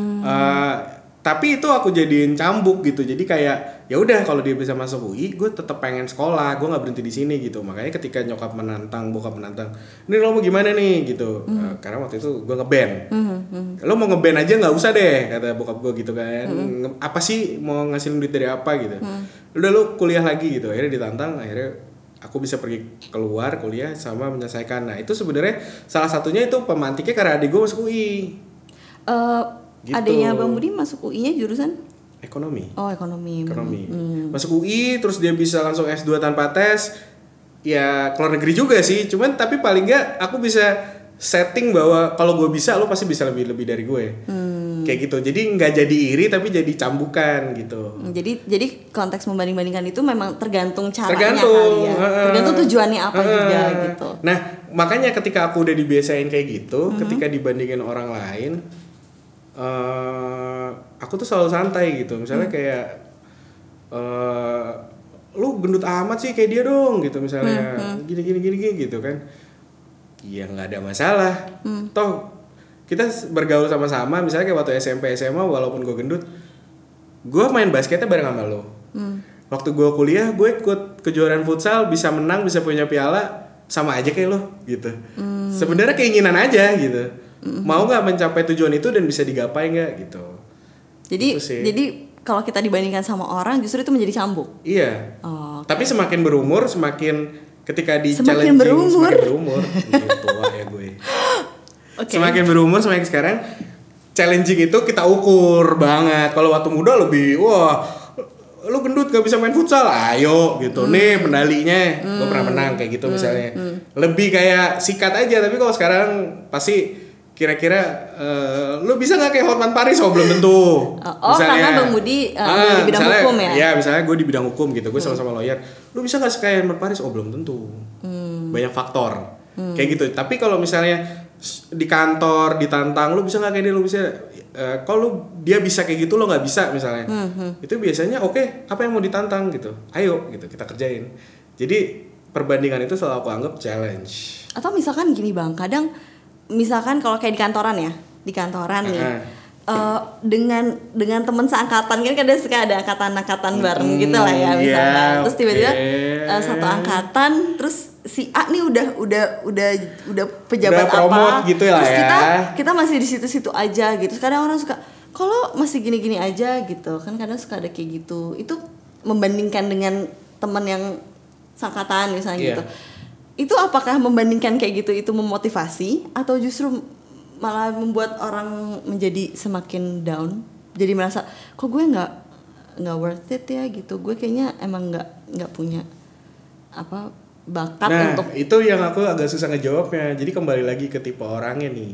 Tapi itu aku jadiin cambuk gitu. Jadi kayak ya udah, kalau dia bisa masuk UI, gue tetap pengen sekolah, gue nggak berhenti di sini gitu. Makanya ketika nyokap menantang, bokap menantang, ini lo mau gimana nih gitu. Karena waktu itu gue ngeband. Lo mau ngeband aja nggak usah deh, kata bokap gue gitu kan. Apa sih mau ngasilin duit dari apa gitu. Udah lo kuliah lagi gitu. Akhirnya ditantang, akhirnya aku bisa pergi keluar kuliah sama menyelesaikan. Nah itu sebenarnya salah satunya itu pemantiknya karena adik gue masuk UI. Gitu. Adanya Bang Budi masuk UI-nya jurusan? Ekonomi. Oh, ekonomi. Masuk UI terus dia bisa langsung S2 tanpa tes. Ya keluar negeri juga sih, cuman tapi paling enggak aku bisa setting bahwa kalau gue bisa, lo pasti bisa lebih dari gue. Kayak gitu. Jadi nggak jadi iri tapi jadi cambukan gitu. Jadi konteks membanding-bandingkan itu memang tergantung caranya kali ya. Tergantung tujuannya apa juga gitu. Nah, makanya ketika aku udah dibiasain kayak gitu, ketika dibandingin orang lain, aku tuh selalu santai gitu. Misalnya kayak lu gendut amat sih kayak dia dong gitu misalnya. Gini gitu kan. Ya nggak ada masalah. Toh kita bergaul sama-sama, misalnya kayak waktu SMP SMA, walaupun gue gendut, gue main basketnya bareng sama lo. Waktu gue kuliah, gue ikut kejuaraan futsal, bisa menang, bisa punya piala, sama aja kayak lo gitu. Sebenarnya keinginan aja gitu. Mau nggak mencapai tujuan itu dan bisa digapai nggak gitu. Jadi kalau kita dibandingkan sama orang justru itu menjadi cambuk. Iya. Oh, Tapi semakin berumur, semakin ketika di Semakin challenging, berumur. semakin berumur. Gitu, tua ya gue. Oke. Semakin berumur, semakin sekarang challenging itu kita ukur banget. Kalau waktu muda lebih, wah, lu gendut gak bisa main futsal, ayo gitu. Nih medalinya, gue pernah menang kayak gitu misalnya. Lebih kayak sikat aja. Tapi kalau sekarang pasti kira-kira lu bisa nggak kayak Hotman Paris? Oh, belum tentu. Karena Bang Budi di bidang misalnya, hukum ya. Ya misalnya gue di bidang hukum gitu, gue sama-sama lawyer. Lu bisa nggak kayak Hotman Paris? Oh, belum tentu. Banyak faktor kayak gitu. Tapi kalau misalnya di kantor ditantang, lu bisa nggak kayak dia? Lu bisa. Kalau dia bisa kayak gitu, lo nggak bisa misalnya. Itu biasanya oke, apa yang mau ditantang gitu? Ayo gitu, kita kerjain. Jadi perbandingan itu selalu aku anggap challenge. Atau misalkan gini Bang, kadang misalkan kalau kayak di kantoran ya, di kantoran nih, dengan teman seangkatan kan kadang suka ada angkatan bareng gitu lah ya misalkan. Terus tiba-tiba satu angkatan, terus si A nih udah pejabat udah promote apa, gitu lah terus ya. kita masih di situ-situ aja gitu. Kadang orang suka kalau masih gini-gini aja gitu kan, kadang suka ada kayak gitu. Itu membandingkan dengan teman yang seangkatan misalnya gitu. Itu apakah membandingkan kayak gitu itu memotivasi atau justru malah membuat orang menjadi semakin down, jadi merasa kok gue nggak worth it ya gitu, gue kayaknya emang nggak punya apa bakat untuk. Itu yang aku agak susah ngejawabnya. Jadi kembali lagi ke tipe orangnya nih.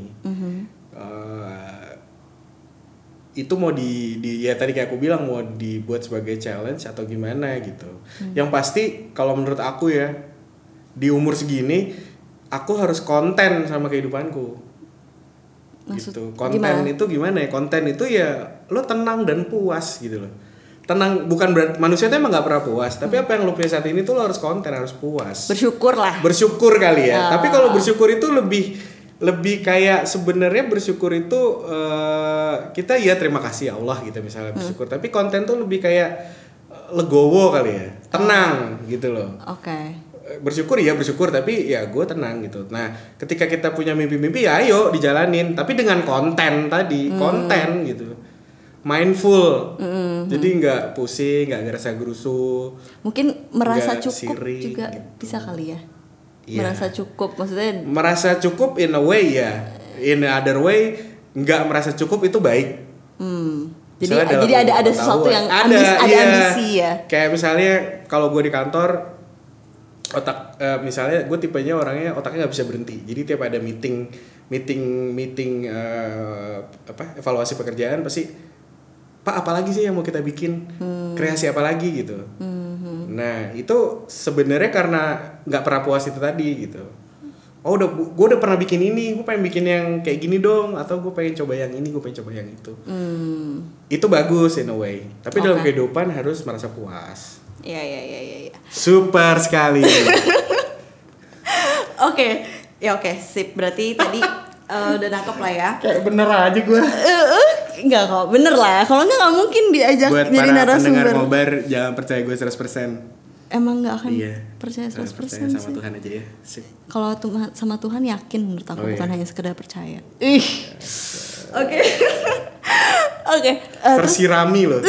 Itu mau di ya tadi kayak aku bilang, mau dibuat sebagai challenge atau gimana gitu. Yang pasti kalau menurut aku ya, di umur segini aku harus konten sama kehidupanku. Maksud, gitu. Konten itu gimana ya? Konten itu ya lo tenang dan puas gitu loh. Tenang bukan berarti manusia itu emang nggak pernah puas, tapi apa yang lo punya saat ini tuh lo harus konten, harus puas. Bersyukur kali ya. Tapi kalau bersyukur itu lebih kayak sebenarnya bersyukur itu kita ya terima kasih ya Allah gitu misalnya bersyukur. Tapi konten tuh lebih kayak legowo kali ya, tenang gitu loh. Oke. Bersyukur tapi ya gue tenang gitu. Nah ketika kita punya mimpi-mimpi ya ayo dijalanin, tapi dengan konten tadi, konten gitu, mindful. Jadi nggak pusing, nggak ngerasa gerusu, mungkin merasa cukup sirik, juga gitu. Bisa kali ya. Merasa cukup maksudnya. Merasa cukup in a way ya, in other way nggak merasa cukup itu baik. Jadi ada sesuatu yang ada ambisi ya. Kayak misalnya kalau gue di kantor, misalnya gue tipenya orangnya otaknya nggak bisa berhenti. Jadi tiap ada meeting evaluasi pekerjaan pasti, Pak apalagi sih yang mau kita bikin, kreasi apa lagi gitu. Nah itu sebenarnya karena nggak pernah puas itu tadi gitu. Oh gue udah pernah bikin ini, gue pengen bikin yang kayak gini dong, atau gue pengen coba yang ini, gue pengen coba yang itu. Itu bagus in a way. Tapi dalam kehidupan harus merasa puas. Iya. Super sekali. Oke, sip. Berarti tadi udah nangkep lah ya. Kayak bener aja gue. Enggak kok, bener lah. Kalau nggak mungkin diajak buat jadi para narasumber. pendengar ngobar, jangan percaya gue 100%. Emang nggak akan percaya 100% percaya sama sih. Tuhan aja ya. Kalau sama Tuhan yakin menurut aku, bukan hanya sekedar percaya. Oke. Tersirami loh.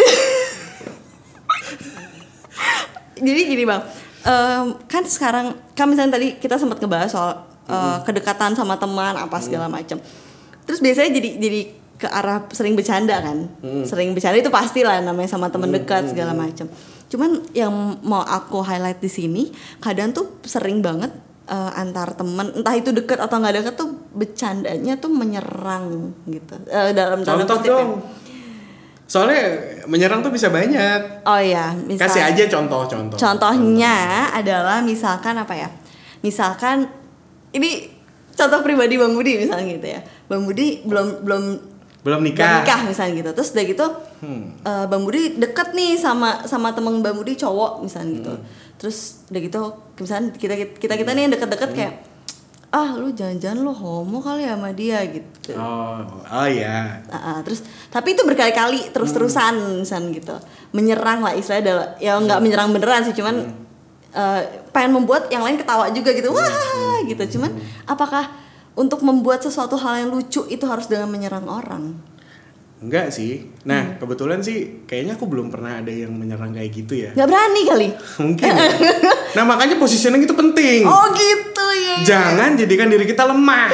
Jadi gini Bang, kan sekarang kan misalnya tadi kita sempat ngebahas soal kedekatan sama teman apa segala macam. Terus biasanya jadi ke arah sering bercanda kan. Sering bercanda itu pastilah namanya sama teman dekat segala macam. Cuman yang mau aku highlight di sini, kadang tuh sering banget antar teman, entah itu deket atau nggak deket tuh bercandanya tuh menyerang gitu. Dalam tanda kutip dong. Ya. Soalnya menyerang tuh bisa banyak. Oh iya, kasih aja contoh. Contohnya adalah misalkan apa ya? Misalkan ini contoh pribadi Bang Budi misalnya gitu ya. Bang Budi belum nikah misalnya gitu. Terus udah gitu Bang Budi deket nih sama temen Bang Budi cowok misalnya gitu. Terus udah gitu misalnya kita nih yang deket-deket kayak lu jangan-jangan lu homo kali ya sama dia gitu. Oh iya. Terus tapi itu berkali-kali terus-terusan misalnya gitu. Menyerang lah istilahnya adalah ya nggak menyerang beneran sih, cuman pengen membuat yang lain ketawa juga gitu. Wah gitu. Cuman apakah untuk membuat sesuatu hal yang lucu itu harus dengan menyerang orang? Enggak sih. Nah, kebetulan sih kayaknya aku belum pernah ada yang menyerang kayak gitu ya. Gak berani kali. Mungkin ya. Nah, makanya positioning itu penting. Oh gitu ya. Jangan jadikan diri kita lemah.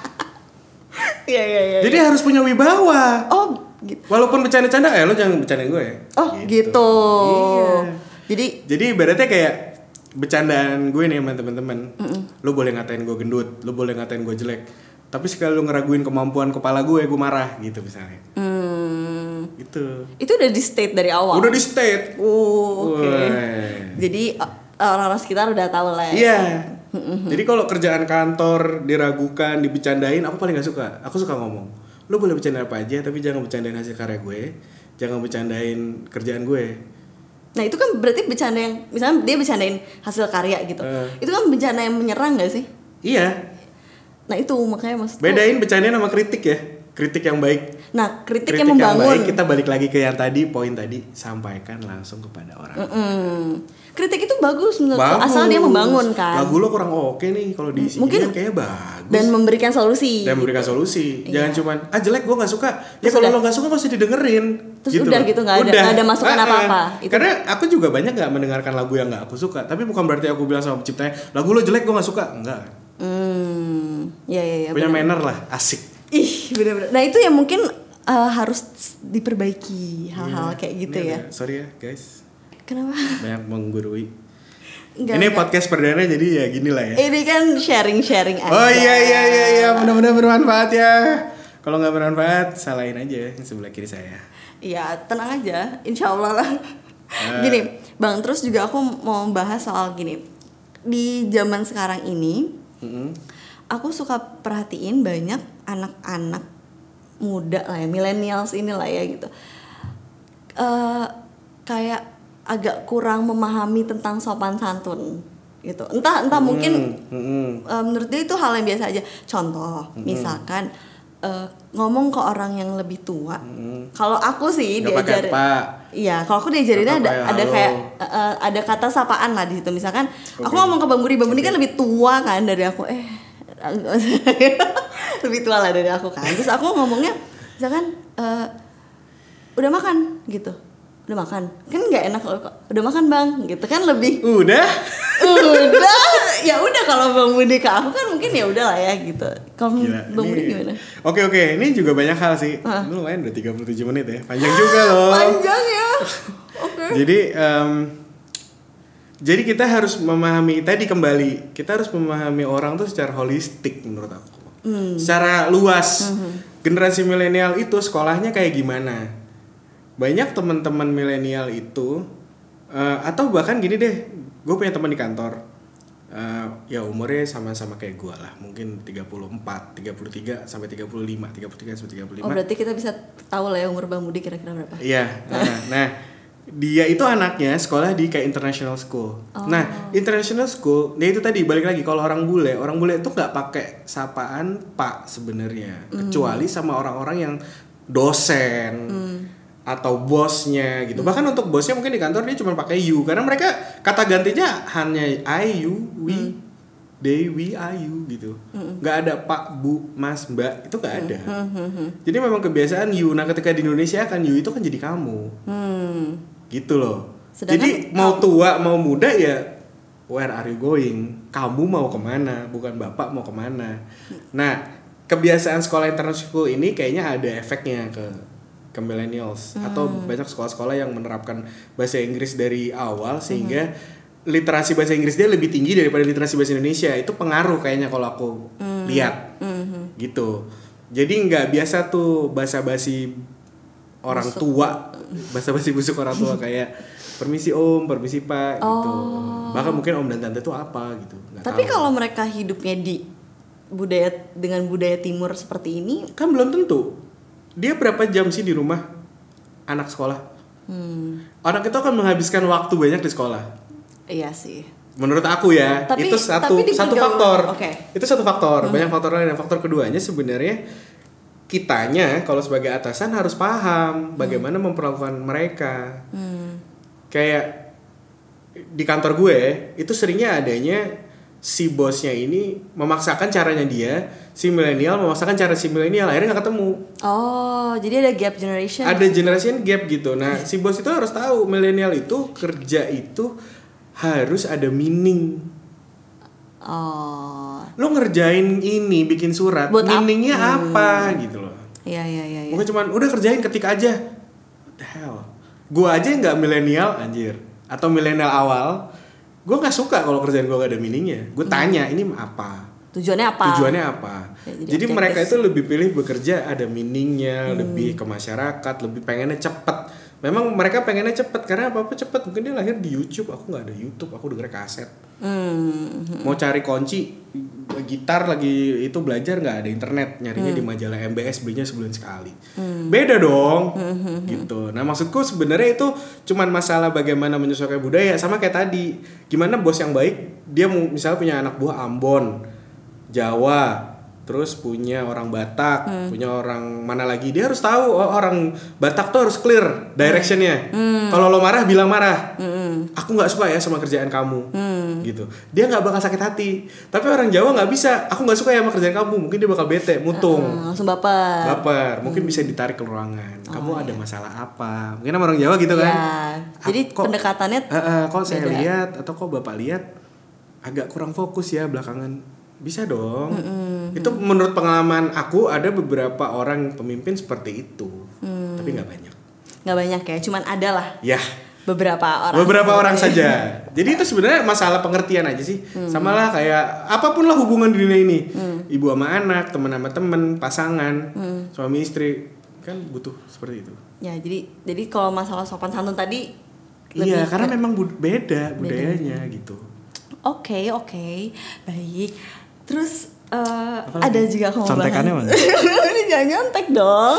Iya. Jadi harus punya wibawa. Oh gitu. Walaupun bercanda-canda, lo jangan bercandain gue ya. Oh gitu. Iya. Jadi ibaratnya kayak bercandaan gue nih sama teman-teman. Lo boleh ngatain gue gendut, lo boleh ngatain gue jelek. Tapi sekali lo ngeraguin kemampuan kepala gue marah gitu misalnya. Itu udah di state dari awal. Udah di state. Oke. Jadi orang-orang sekitar udah tahu lah. Iya. Jadi kalau kerjaan kantor diragukan, dibicarain, aku paling gak suka. Aku suka ngomong, lo boleh bercanda apa aja, tapi jangan bercandain hasil karya gue, jangan bercandain kerjaan gue. Nah itu kan berarti bercanda yang, misalnya dia bercandain hasil karya gitu. Itu kan bercanda yang menyerang gak sih? Iya. Nah itu makanya maksudku. Bedain bercandain sama kritik ya. Kritik yang baik. Nah kritik yang membangun. Yang baik, kita balik lagi ke yang tadi, poin tadi, sampaikan langsung kepada orang. Kritik itu bagus menurutku, asal dia membangun kan. Lagu lo kurang oke nih kalau di sini kan kayaknya bagus. Dan memberikan solusi. Jangan cuman jelek gue nggak suka. Ya kalau lo nggak suka nggak usah didengerin. Terus gitu udah gitu nggak ada masukan apa-apa. Karena aku juga banyak nggak mendengarkan lagu yang nggak aku suka. Tapi bukan berarti aku bilang sama penciptanya lagu lo jelek gue nggak suka. Enggak. Iya. Punya manner lah, asik. Ih benar-benar. Nah itu yang mungkin harus diperbaiki hal-hal kayak gitu ya. Sorry ya guys. Kenapa? Banyak menggurui. Enggak. Podcast perdana jadi ya gini lah ya. Ini kan sharing aja. Oh iya, mudah-mudahan bermanfaat ya. Kalau nggak bermanfaat, salahin aja yang sebelah kiri saya. Iya, tenang aja, insya Allah lah. Gini, Bang, terus juga aku mau bahas soal gini. Di zaman sekarang ini, aku suka perhatiin banyak anak-anak muda lah ya, millennials inilah ya gitu. Kayak agak kurang memahami tentang sopan santun gitu. Entah mungkin menurut dia itu hal yang biasa aja. Contoh, misalkan ngomong ke orang yang lebih tua. Kalau aku sih diajarin, iya, kalau aku diajarinnya ada kayak ada kata sapaan lah di situ. Misalkan aku ngomong ke Bang Budi kan lebih tua kan dari aku. Lebih tua lah dari aku kan. Terus aku ngomongnya misalkan udah makan gitu. Udah makan, kan nggak enak loh kok. Udah makan bang, gitu kan lebih. Udah, ya udah kalau Bang Budi ke aku kan mungkin ya udah lah ya gitu. Kalau Bang Budi gimana? Oke, ini juga banyak hal sih. Ini lumayan udah 37 menit ya, panjang juga loh. Panjang ya. Oke. Jadi kita harus memahami kita harus memahami orang tuh secara holistik menurut aku. Secara luas. Generasi milenial itu sekolahnya kayak gimana? Banyak teman-teman milenial itu atau bahkan gini deh, gue punya teman di kantor ya umurnya sama-sama kayak gue lah, mungkin 34, 33 sampai 35, 33 sampai 35. Oh berarti kita bisa tahu lah ya umur Bang Budi kira-kira berapa? Iya. Nah dia itu anaknya sekolah di kayak international school. Nah international school, dia itu tadi balik lagi kalau orang bule itu nggak pakai sapaan pak sebenarnya, kecuali sama orang-orang yang dosen. Atau bosnya gitu. Bahkan untuk bosnya mungkin di kantor dia cuma pakai you karena mereka kata gantinya hanya I, you, we, they, we, I, you gitu. Nggak ada pak, bu, mas, mbak, itu nggak ada. Jadi memang kebiasaan you. Nah ketika di Indonesia kan you itu kan jadi kamu. Gitu loh. Sedangkan jadi mau tua mau muda ya where are you going? Kamu mau kemana? Bukan bapak mau kemana. Nah kebiasaan sekolah international school ini kayaknya ada efeknya ke millennials atau banyak sekolah-sekolah yang menerapkan bahasa Inggris dari awal sehingga literasi bahasa Inggris dia lebih tinggi daripada literasi bahasa Indonesia. Itu pengaruh kayaknya kalau aku lihat gitu. Jadi nggak biasa tuh basa-basi orang tua, basa-basi busuk orang tua kayak permisi om, permisi pak gitu. Bahkan mungkin om dan tante itu apa gitu. Tapi kalau mereka hidupnya di dengan budaya timur seperti ini kan belum tentu. Dia berapa jam sih di rumah anak sekolah? Anak itu akan menghabiskan waktu banyak di sekolah. Iya sih. Menurut aku ya, itu satu faktor. Itu satu faktor. Banyak faktor lain. Dan faktor keduanya sebenarnya kitanya kalau sebagai atasan harus paham bagaimana memperlakukan mereka. Kayak di kantor gue itu seringnya adanya si bosnya ini memaksakan caranya dia, si milenial memaksakan cara si milenial, akhirnya nggak ketemu. Oh, jadi ada gap generation. Ada generation gap gitu. Nah, si bos itu harus tahu milenial itu kerja itu harus ada meaning. Oh. Lo ngerjain ini, bikin surat, Buat meaningnya apa gitu loh. Iya. Bukan cuman udah kerjain ketik aja. What the hell? Gua aja nggak milenial anjir, atau milenial awal. Gue nggak suka kalau kerjaan gue gak ada meaningnya. Gue tanya ini apa? Tujuannya apa? Ya, jadi mereka itu lebih pilih bekerja ada meaningnya, lebih ke masyarakat, lebih pengennya cepet. Memang mereka pengennya cepet karena apa cepet. Mungkin dia lahir di YouTube, aku nggak ada YouTube, aku denger kaset. Mau cari kunci gitar lagi itu belajar nggak ada internet, nyarinya di majalah MBS, belinya sebulan sekali. Beda dong, gitu. Nah maksudku sebenarnya itu cuman masalah bagaimana menyesuaikan budaya, sama kayak tadi. Gimana bos yang baik, dia misalnya punya anak buah Ambon, Jawa, terus punya orang Batak, punya orang mana lagi, dia harus tahu orang Batak tuh harus clear directionnya. Kalau lo marah bilang marah, aku nggak suka ya sama kerjaan kamu, gitu. Dia nggak bakal sakit hati. Tapi orang Jawa nggak bisa, aku nggak suka ya sama kerjaan kamu, mungkin dia bakal bete, mutung, langsung baper. Mungkin bisa ditarik ke ruangan. Kamu ada masalah apa? Mungkin sama orang Jawa gitu kan. Jadi pendekatannya kok saya lihat atau kok bapak lihat agak kurang fokus ya belakangan. Bisa dong. Itu menurut pengalaman aku ada beberapa orang pemimpin seperti itu. Tapi nggak banyak. Nggak banyak ya, cuman ada lah. Ya. Beberapa orang saja. Jadi itu sebenarnya masalah pengertian aja sih. Sama lah kayak apapun lah hubungan di dunia ini. Ibu sama anak, teman sama teman, pasangan, suami istri kan butuh seperti itu. Ya, jadi kalau masalah sopan santun tadi iya, karena memang beda budayanya gitu. Oke. Baik. Terus ada juga aku mau contekannya mana? Ini jangan nyontek dong.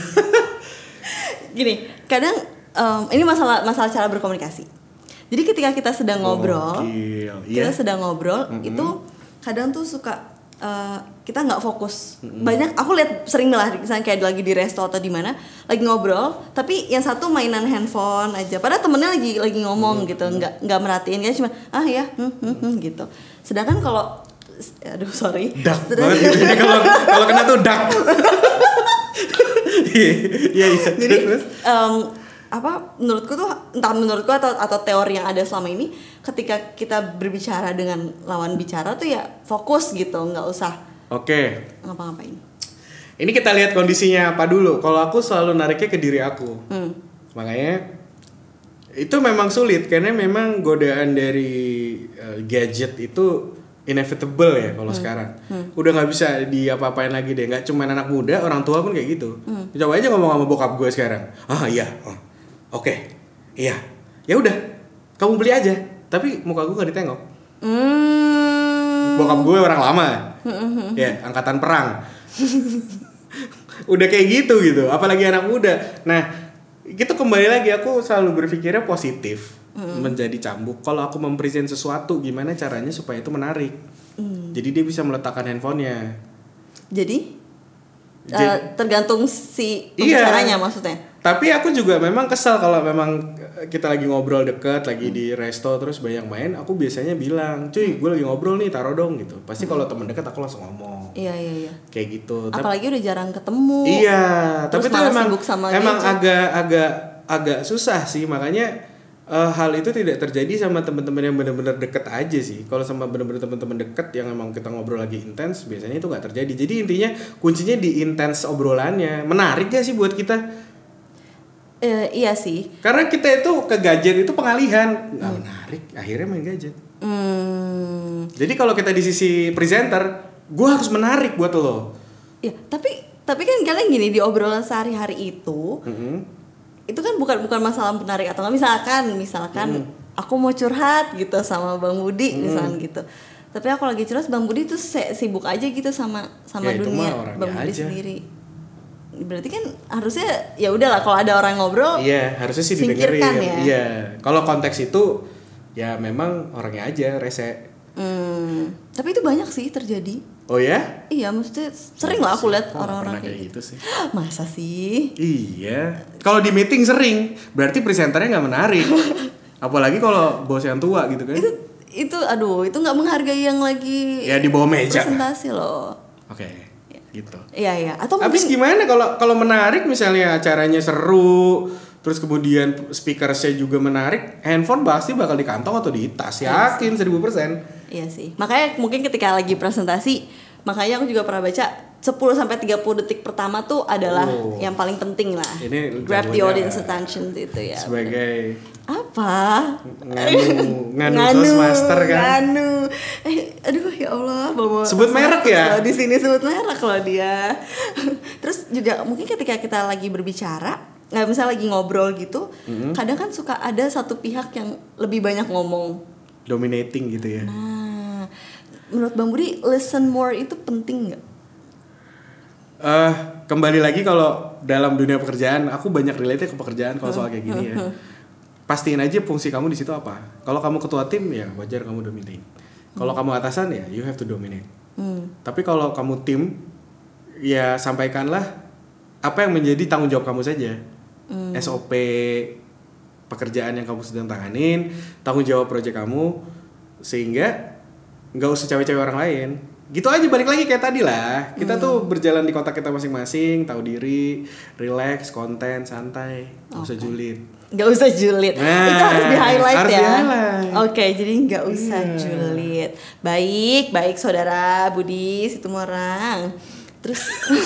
Gini, kadang ini masalah cara berkomunikasi. Jadi ketika kita sedang ngobrol, itu kadang tuh suka kita nggak fokus. Banyak aku lihat sering lah, misalnya kayak lagi di resto atau di mana, lagi ngobrol, tapi yang satu mainan handphone aja. Padahal temennya lagi ngomong gitu, nggak merhatiin, kayak cuma gitu. Sedangkan kalau aduh sorry. Dak banget gitu. Kalau kena tuh dak. Iya. Jadi menurutku tuh entah menurutku atau teori yang ada selama ini, ketika kita berbicara dengan lawan bicara tuh ya fokus gitu, nggak usah ngapa-ngapain. Ini kita lihat kondisinya apa dulu. Kalau aku selalu nariknya ke diri aku. Makanya itu memang sulit karena memang godaan dari gadget itu inevitable ya kalau sekarang. Udah nggak bisa diapa-apain lagi deh. Nggak cuma anak muda, orang tua pun kayak gitu. Coba aja ngomong sama bokap gue sekarang. Iya, oke, iya, ya udah, kamu beli aja. Tapi muka gue nggak ditengok. Bokap gue orang lama, ya angkatan perang. Udah kayak gitu. Apalagi anak muda. Nah, itu kembali lagi aku selalu berpikirnya positif. Menjadi cambuk. Kalau aku mempresent sesuatu, gimana caranya supaya itu menarik? Jadi dia bisa meletakkan handphonenya. Jadi tergantung si pembicaranya maksudnya. Tapi aku juga memang kesal kalau memang kita lagi ngobrol deket, lagi di resto terus banyak main. Aku biasanya bilang, cuy, gue lagi ngobrol nih, taruh dong gitu. Pasti kalau temen deket aku langsung ngomong. Iya. Kayak gitu. Apalagi udah jarang ketemu. Iya. Tapi itu emang agak susah sih, makanya. Hal itu tidak terjadi sama teman-teman yang benar-benar deket aja sih. Kalau sama benar-benar teman-teman deket yang emang kita ngobrol lagi intens, biasanya itu nggak terjadi. Jadi intinya kuncinya di intens obrolannya. Menarik gak sih buat kita? Iya sih. Karena kita itu ke gadget itu pengalihan. Nggak menarik, akhirnya main gadget. Jadi kalau kita di sisi presenter, gue harus menarik buat lo. Iya, tapi kan kalian gini, di obrolan sehari-hari itu. Itu kan bukan masalah menarik atau nggak, misalkan aku mau curhat gitu sama Bang Budi misalkan gitu, tapi aku lagi curhat, Bang Budi tuh sibuk aja gitu sama ya, dunia Bang Budi sendiri. Berarti kan harusnya ya udahlah, kalau ada orang ngobrol harusnya sih didengerin ya. Kalau konteks itu ya memang orangnya aja rese. Tapi itu banyak sih terjadi. Oh ya? Iya, maksudnya sering lah aku lihat orang-orang kayak gitu sih. Masa sih? Iya. Kalau di meeting sering, berarti presenternya nggak menarik. Apalagi kalau bos yang tua gitu kan? itu aduh, itu nggak menghargai yang lagi Ya di bawah meja. presentasi loh. Oke. Gitu. Iya. Atau Habis mungkin gimana kalau menarik misalnya acaranya seru, terus kemudian speaker-nya juga menarik, handphone pasti bakal di kantong atau di tas, yakin 1000%. iya sih. Makanya mungkin ketika lagi presentasi, makanya aku juga pernah baca 10 sampai 30 detik pertama tuh adalah yang paling penting lah. Ini grab the audience attention itu ya. Sebagai apa? nganu Toastmaster kan. Nganu. Aduh ya Allah, bawa Sebut merek ya? Di sini sebut merek loh dia. Terus juga mungkin ketika kita lagi berbicara, nggak misalnya lagi ngobrol gitu, kadang kan suka ada satu pihak yang lebih banyak ngomong. Dominating gitu ya. Nah, menurut Bang Budi, listen more itu penting nggak? Kembali lagi kalau dalam dunia pekerjaan, aku banyak relate ke pekerjaan kalau soal kayak gini ya. Pastiin aja fungsi kamu di situ apa. Kalau kamu ketua tim ya wajar kamu dominate. Kalau kamu atasan ya you have to dominate. Tapi kalau kamu tim ya sampaikanlah apa yang menjadi tanggung jawab kamu saja. SOP pekerjaan yang kamu sedang tanganin, tanggung jawab proyek kamu, sehingga nggak usah cawe-cawe orang lain. Gitu aja, balik lagi kayak tadi lah. Kita tuh berjalan di kota kita masing-masing, tahu diri, relax, konten, santai, nggak usah julid. Nggak usah julid. Nah, itu harus di highlight harus ya. di-highlight. Oke, jadi nggak usah julid. Baik saudara Budi Situmorang. Terus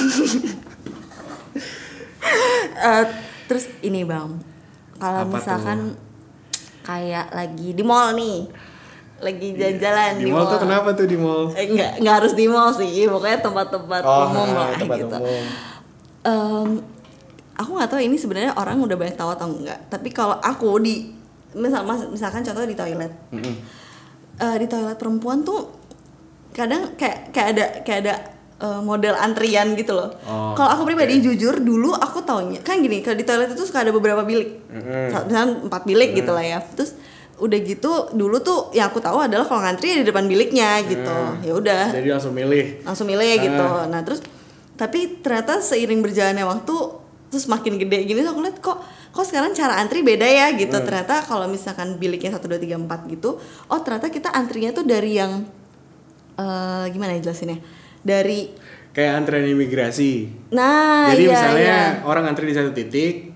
terus ini Bang, kalau misalkan kayak lagi di mall nih, lagi jalan-jalan di mall tuh kenapa tuh di mall? Nggak harus di mall sih, pokoknya tempat-tempat umum lah tempat gitu. Umum. Aku nggak tahu ini sebenarnya orang udah banyak tahu atau enggak, tapi kalau aku di misalkan contoh di toilet, di toilet perempuan tuh kadang kayak ada model antrian gitu loh. Kalau aku pribadi jujur dulu aku taunya kan gini, kalau di toilet itu suka ada beberapa bilik, misalnya 4 bilik gitu lah ya. Terus udah gitu dulu tuh yang aku tahu adalah kalau ngantri di depan biliknya gitu. Ya udah. Jadi langsung milih gitu. Nah terus tapi ternyata seiring berjalannya waktu terus makin gede gini, aku lihat kok sekarang cara antri beda ya gitu. Ternyata kalau misalkan biliknya 1, 2, 3, 4 gitu, ternyata kita antrinya tuh dari yang gimana ya jelasinnya, dari kayak antrian imigrasi. Nah jadi iya, misalnya orang antri di satu titik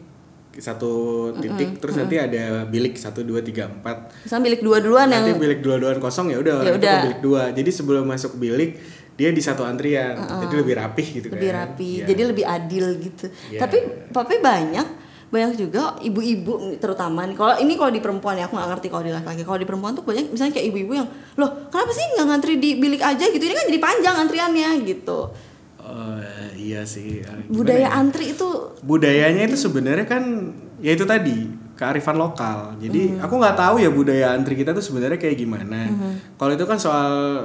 terus nanti ada bilik 1, 2, 3, 4. Misalnya bilik 2 duluan nanti yang bilik 2 duluan kosong ya udah orang itu ke bilik 2. Jadi sebelum masuk bilik dia di satu antrian. Jadi lebih rapih gitu kan. Lebih rapi. Ya. Jadi lebih adil gitu. Ya. Tapi banyak juga ibu-ibu terutama nih. Kalau di perempuan ya, aku nggak ngerti kalau di laki-laki. Kalau di perempuan tuh banyak misalnya kayak ibu-ibu yang, loh kenapa sih nggak ngantri di bilik aja gitu? Ini kan jadi panjang antriannya gitu. Iya sih. Budaya antri itu. Budayanya itu sebenarnya kan ya itu tadi kearifan lokal. Jadi aku nggak tahu ya budaya antri kita tuh sebenarnya kayak gimana. Kalau itu kan soal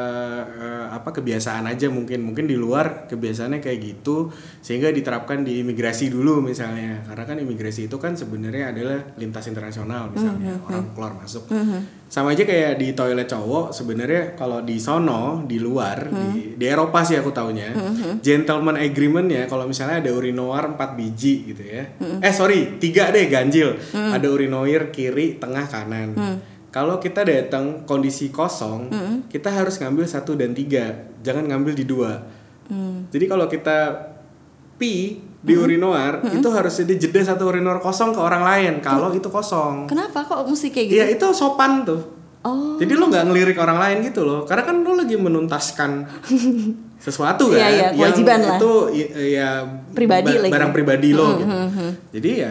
kebiasaan aja mungkin di luar kebiasaannya kayak gitu sehingga diterapkan di imigrasi dulu misalnya. Karena kan imigrasi itu kan sebenarnya adalah lintas internasional misalnya orang keluar masuk. Sama aja kayak di toilet cowok sebenarnya kalau di sono di luar di Eropa sih aku taunya gentleman agreement ya kalau misalnya ada urinoir 4 biji gitu ya. 3 deh ganjil. Ada urinoir kiri, tengah, kanan. Kalau kita datang kondisi kosong, kita harus ngambil 1 dan 3, jangan ngambil di 2. Jadi kalau kita pi di urinoir itu harus ada jeda 1 urinoir kosong ke orang lain kalau itu kosong. Kenapa kok mesti kayak gitu? Ya itu sopan tuh. Jadi lo nggak ngelirik orang lain gitu loh, karena kan lo lagi menuntaskan sesuatu kan, yang kewajiban lah. Itu ya pribadi barang pribadi lo gitu. Jadi ya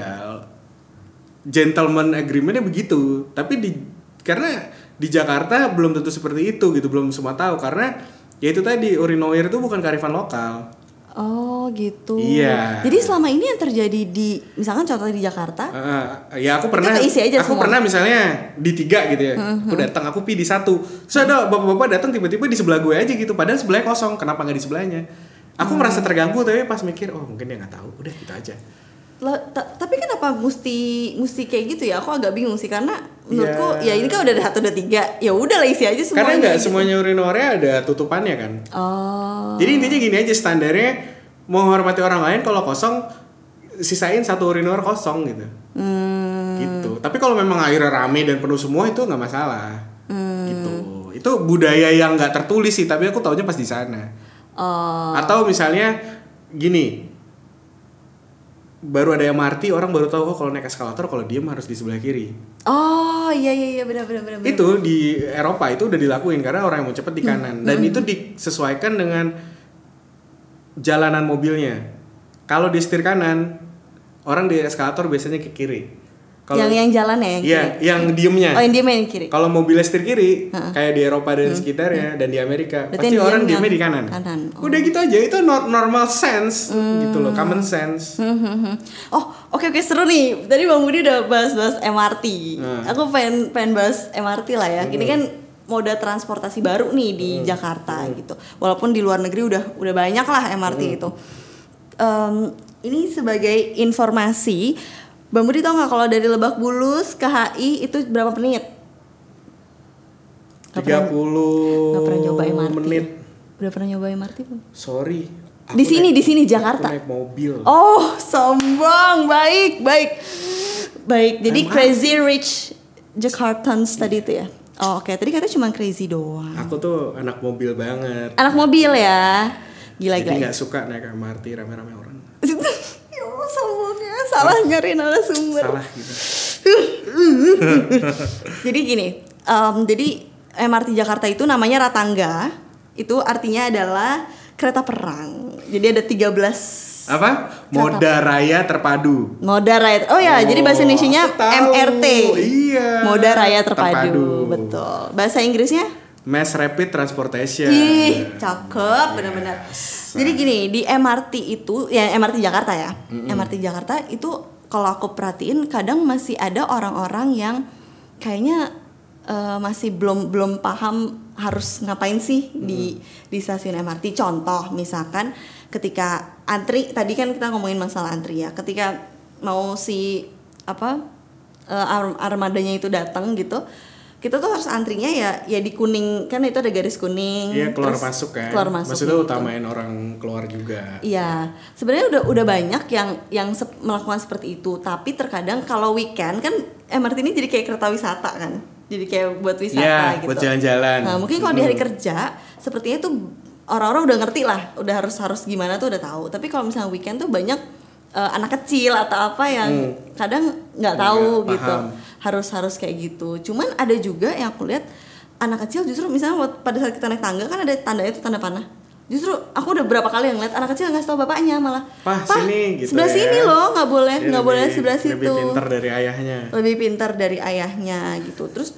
gentleman agreementnya begitu, tapi karena di Jakarta belum tentu seperti itu gitu, belum semua tahu karena ya itu tadi urinoir itu bukan kearifan lokal. Oh gitu. Iya. Jadi selama ini yang terjadi di misalkan contohnya di Jakarta. Ya aku pernah. Pernah misalnya di 3 gitu ya. Aku datang, aku pi di 1. Terus ada bapak-bapak datang tiba-tiba di sebelah gue aja gitu. Padahal sebelahnya kosong. Kenapa nggak di sebelahnya? Aku merasa terganggu tapi pas mikir, mungkin dia nggak tahu. Udah gitu aja. Tapi kenapa mesti kayak gitu ya? Aku agak bingung sih karena menurutku ya ini kan udah ada 1, 2, 3. Ya udah lah isi aja semuanya. Karena nggak gitu. semuanya urinoirnya ada tutupannya kan. Jadi intinya gini aja, standarnya mau menghormati orang lain, kalau kosong sisain 1 urinoir kosong gitu. Gitu. Tapi kalau memang airnya rame dan penuh semua itu nggak masalah. Gitu. Itu budaya yang nggak tertulis sih, tapi aku taunya pas di sana. Atau misalnya gini, baru ada MRT, orang baru tahu kalau naik eskalator kalau diem harus di sebelah kiri. Oh iya benar. Itu di Eropa itu udah dilakuin karena orang yang mau cepet di kanan, dan itu disesuaikan dengan jalanan mobilnya. Kalau di setir kanan, orang di eskalator biasanya ke kiri. Kalau yang jalan ya, yang iya, kiri. yang diemnya. Oh, yang diemnya yang kiri. Kalau mobilnya setir kiri, kayak di Eropa dan sekitarnya dan di Amerika, Berarti pasti orang diemnya diemnya di kanan. Oh. Udah gitu aja, itu normal sense gitu loh, common sense. Oh, oke seru nih. Tadi Bang Budi udah bahas MRT. Aku pengen bahas MRT lah ya. Ini kan moda transportasi baru nih di Jakarta gitu. Walaupun di luar negeri udah banyak lah MRT itu. Ini sebagai informasi, Bang Budi tau gak kalau dari Lebak Bulus ke HI itu berapa menit? 30 Gak pernah nyoba MRT. menit. Udah pernah nyoba MRT belum? Sorry. Di sini Jakarta. Aku naik mobil. Oh, sombong. Baik. Jadi Crazy Rich Jakartans tadi itu ya. Oh, oke. Tadi katanya cuma crazy doang. Aku tuh anak mobil banget. Anak mobil ya. Gila. Jadi nggak suka naik MRT rame-rame orang. Ya Allah, sombongnya. Salah nyari narasumber. Salah gitu. Jadi gini, jadi MRT Jakarta itu namanya Ratangga. Itu artinya adalah kereta perang. Jadi ada 13 apa? Moda Raya Terpadu. Moda Raya. Oh ya, jadi bahasa Indonesianya MRT. Iya. Moda Raya Terpadu. Betul. Bahasa Inggrisnya? Mass Rapid Transportation. Ih, cakep, benar-benar. Jadi gini, di MRT itu, ya MRT Jakarta ya. MRT Jakarta itu kalau aku perhatiin kadang masih ada orang-orang yang kayaknya masih belum paham harus ngapain sih di stasiun MRT. Contoh misalkan ketika antri, tadi kan kita ngomongin masalah antri ya. Ketika mau armadanya itu datang gitu, kita tuh harus antrinya ya di kuning, kan itu ada garis kuning. Iya, keluar masuk kan. Keluar masuk. Maksudnya gitu. utamain orang keluar juga. Iya, sebenarnya udah banyak yang melakukan seperti itu. Tapi terkadang kalau weekend kan MRT ini jadi kayak kereta wisata kan. Jadi kayak buat wisata ya, gitu. Buat jalan-jalan. Nah, mungkin kalau di hari kerja sepertinya tuh orang-orang udah ngerti lah, udah harus gimana tuh udah tahu. Tapi kalau misalnya weekend tuh banyak anak kecil atau apa yang kadang nggak tahu gitu. Harus kayak gitu. Cuman ada juga yang aku lihat anak kecil justru misalnya pada saat kita naik tangga kan ada tandanya itu tanda panah. Justru aku udah berapa kali yang lihat anak kecil ngasih tahu bapaknya malah. Pak sini gitu. Sebelah sini loh, nggak boleh sebelah situ. Lebih pintar dari ayahnya. Lebih pintar dari ayahnya gitu. Terus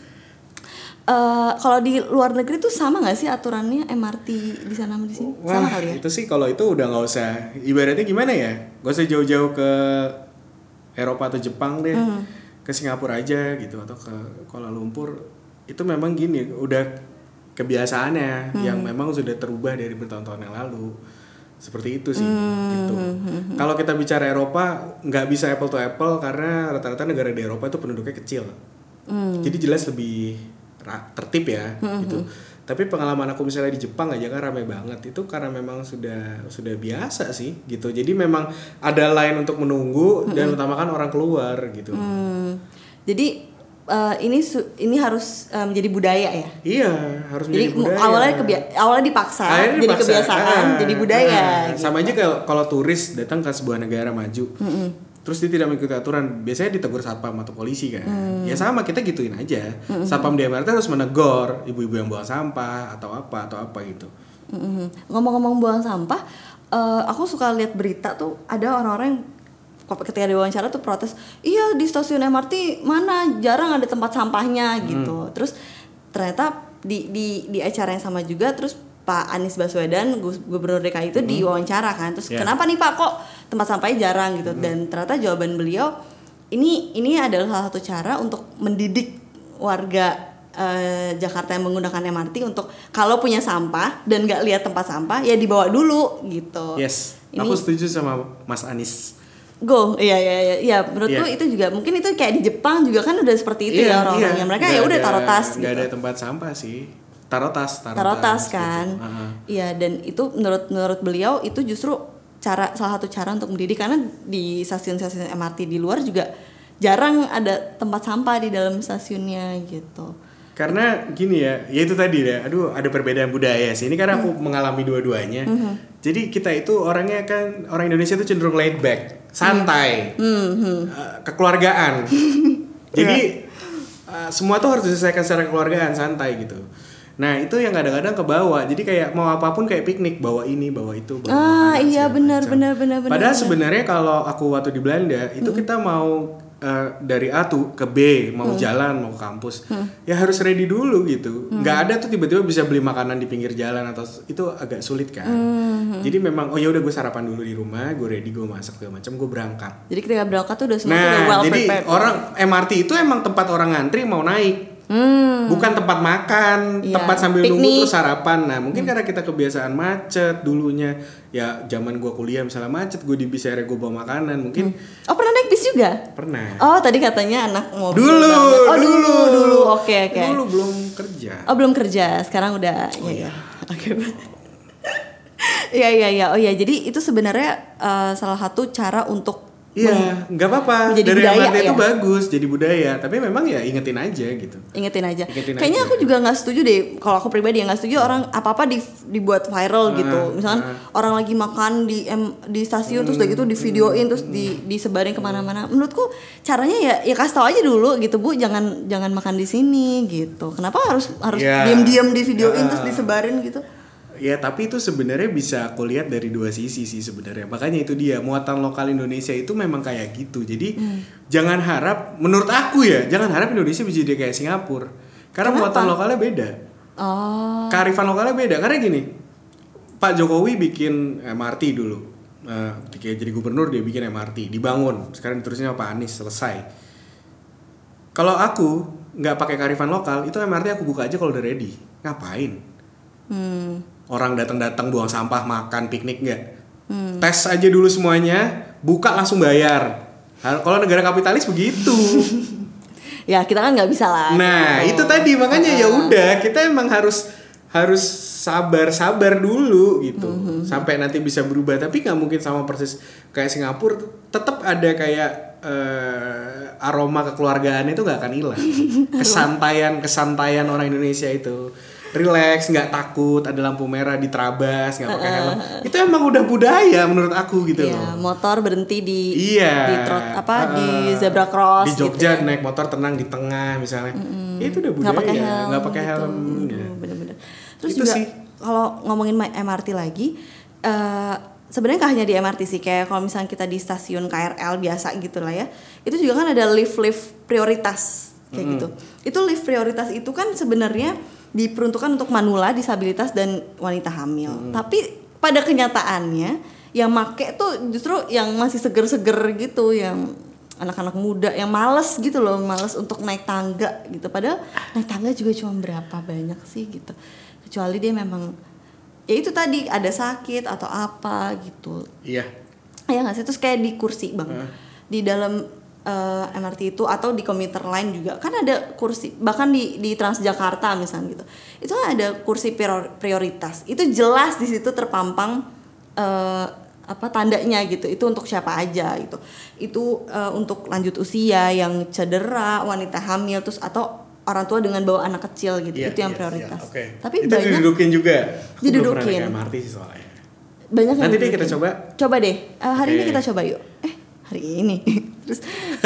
kalau di luar negeri tuh sama nggak sih aturannya MRT di sana sama di sini? Wah, sama kali ya? itu sih kalau itu udah nggak usah. Ibaratnya gimana ya? Gak usah jauh-jauh ke Eropa atau Jepang deh. Ke Singapura aja gitu atau ke Kuala Lumpur. Itu memang gini, udah kebiasaannya yang memang sudah terubah dari bertahun-tahun yang lalu. Seperti itu sih gitu. Kalau kita bicara Eropa nggak bisa apple to apple karena rata-rata negara di Eropa itu penduduknya kecil. Jadi jelas lebih tertib ya gitu. Tapi pengalaman aku misalnya di Jepang aja kan ramai banget, itu karena memang sudah biasa sih gitu. Jadi memang ada line untuk menunggu dan utamakan orang keluar gitu. Jadi ini harus menjadi budaya ya. Iya, harus menjadi budaya. Awalnya dipaksa, jadi kebiasaan, jadi budaya. Gitu. Sama aja kalau turis datang ke sebuah negara maju. Terus dia tidak mengikuti aturan, biasanya ditegur satpam atau polisi kan. Ya sama, kita gituin aja. Satpam di MRT harus menegur ibu-ibu yang buang sampah atau apa gitu. Ngomong-ngomong buang sampah, aku suka lihat berita tuh ada orang-orang yang ketika diwawancara tuh protes, iya di stasiun MRT mana jarang ada tempat sampahnya gitu. Terus ternyata di acara yang sama juga, terus Pak Anies Baswedan, Gubernur DKI itu diwawancara kan. Terus kenapa nih Pak kok tempat sampahnya jarang gitu? Dan ternyata jawaban beliau, ini adalah salah satu cara untuk mendidik warga Jakarta yang menggunakan MRT untuk kalau punya sampah dan nggak lihat tempat sampah ya dibawa dulu gitu. Yes, aku setuju sama Mas Anies. Iya, menurutku itu juga mungkin itu kayak di Jepang juga kan udah seperti itu ya orang-orangnya. Mereka ya udah taruh tas gitu. Gak ada tempat sampah sih. Taruh tas kan. Iya, dan itu menurut beliau itu justru salah satu cara untuk mendidik, karena di stasiun-stasiun MRT di luar juga jarang ada tempat sampah di dalam stasiunnya gitu. Karena gini ya itu tadi ya, aduh ada perbedaan budaya sih. Ini karena aku mengalami dua-duanya. Jadi kita itu orangnya kan, orang Indonesia itu cenderung laid back, santai, kekeluargaan. Jadi semua tuh harus diselesaikan secara kekeluargaan, santai gitu. Nah itu yang kadang-kadang kebawa. Jadi kayak mau apapun kayak piknik, bawa ini, bawa itu, bawa makanan, iya benar. Padahal sebenarnya kalau aku waktu di Belanda itu kita mau dari A tuh ke B, mau jalan, mau ke kampus, ya harus ready dulu gitu. Nggak ada tuh tiba-tiba bisa beli makanan di pinggir jalan atau itu agak sulit kan. Jadi memang ya udah gue sarapan dulu di rumah, gue ready, gue masak segala macam, gue berangkat. Jadi ketika berangkat tuh udah semua tuh udah well jadi prepared. orang MRT itu emang tempat orang ngantri mau naik. Bukan tempat makan, tempat sambil nunggu terus sarapan. Nah mungkin karena kita kebiasaan macet dulunya. Ya zaman gue kuliah misalnya macet, gue di bis akhirnya gue bawa makanan mungkin. Oh pernah naik bis juga? Pernah. Oh tadi katanya anak mobil Dulu. Oke. Dulu belum kerja. Oh belum kerja, sekarang udah. Iya. Oke. Iya. Oh iya, jadi itu sebenarnya salah satu cara untuk Iya, nggak apa-apa. Dari MRT itu bagus, jadi budaya. Tapi memang ya ingetin aja gitu. Ingetin aja. Kayaknya aku juga nggak setuju deh. Kalau aku pribadi nggak setuju orang apa-apa dibuat viral gitu. Misalkan orang lagi makan di stasiun terus udah gitu di videoin terus disebarin kemana-mana. Menurutku caranya ya kasih tau aja dulu gitu Bu, jangan makan di sini gitu. Kenapa harus diam-diam di videoin terus disebarin gitu? Ya tapi itu sebenarnya bisa aku lihat dari dua sisi sih sebenarnya. Makanya itu dia, muatan lokal Indonesia itu memang kayak gitu. Jadi jangan harap, menurut aku ya, jangan harap Indonesia bisa jadi kayak Singapura. Karena muatan lokalnya beda. Kearifan lokalnya beda. Karena gini, Pak Jokowi bikin MRT dulu. Ketika jadi gubernur dia bikin MRT, dibangun. Sekarang diterusnya Pak Anies, selesai. Kalau aku nggak pakai kearifan lokal, itu MRT aku buka aja kalau udah ready. Ngapain? Orang datang buang sampah, makan, piknik nggak? Tes aja dulu semuanya, buka langsung bayar. Kalau negara kapitalis begitu. Ya kita kan nggak bisa lah. Nah itu tadi makanya ya udah kita emang harus sabar dulu gitu sampai nanti bisa berubah. Tapi nggak mungkin sama persis kayak Singapura. Tetap ada kayak aroma kekeluargaan itu nggak akan hilang. Kesantaian orang Indonesia itu. Relax, nggak takut, ada lampu merah diterabas, nggak pakai helm. Itu emang udah budaya menurut aku gitu loh. Motor berhenti di zebra di cross. Jogja gitu naik motor tenang di tengah misalnya. Itu udah budaya, nggak pakai helm. Bener-bener. Terus itu juga kalau ngomongin MRT lagi, sebenarnya nggak hanya di MRT sih, kayak kalau misalnya kita di stasiun KRL biasa gitu lah ya, itu juga kan ada lift prioritas kayak gitu. Itu lift prioritas itu kan sebenarnya diperuntukkan untuk manula, disabilitas dan wanita hamil. Tapi pada kenyataannya yang make tuh justru yang masih seger-seger gitu, yang anak-anak muda yang males gitu loh, males untuk naik tangga gitu. Padahal naik tangga juga cuma berapa banyak sih gitu. Kecuali dia memang ya itu tadi ada sakit atau apa gitu. Iya. Ya nggak sih, terus kayak di kursi bang, di dalam MRT itu atau di komuter lain juga kan ada kursi, bahkan di Transjakarta misalnya gitu, itu ada kursi prioritas. Itu jelas di situ terpampang tandanya gitu. Itu untuk siapa aja gitu. Itu untuk lanjut usia, yang cedera, wanita hamil, terus atau orang tua dengan bawa anak kecil gitu. Itu yang prioritas. Okay. Tapi itu banyak didudukin juga. Aku belum pernah naik didudukin. MRT sih soalnya. Banyak nanti deh kita coba. Coba deh. Hari ini kita coba yuk. Hari ini. Terus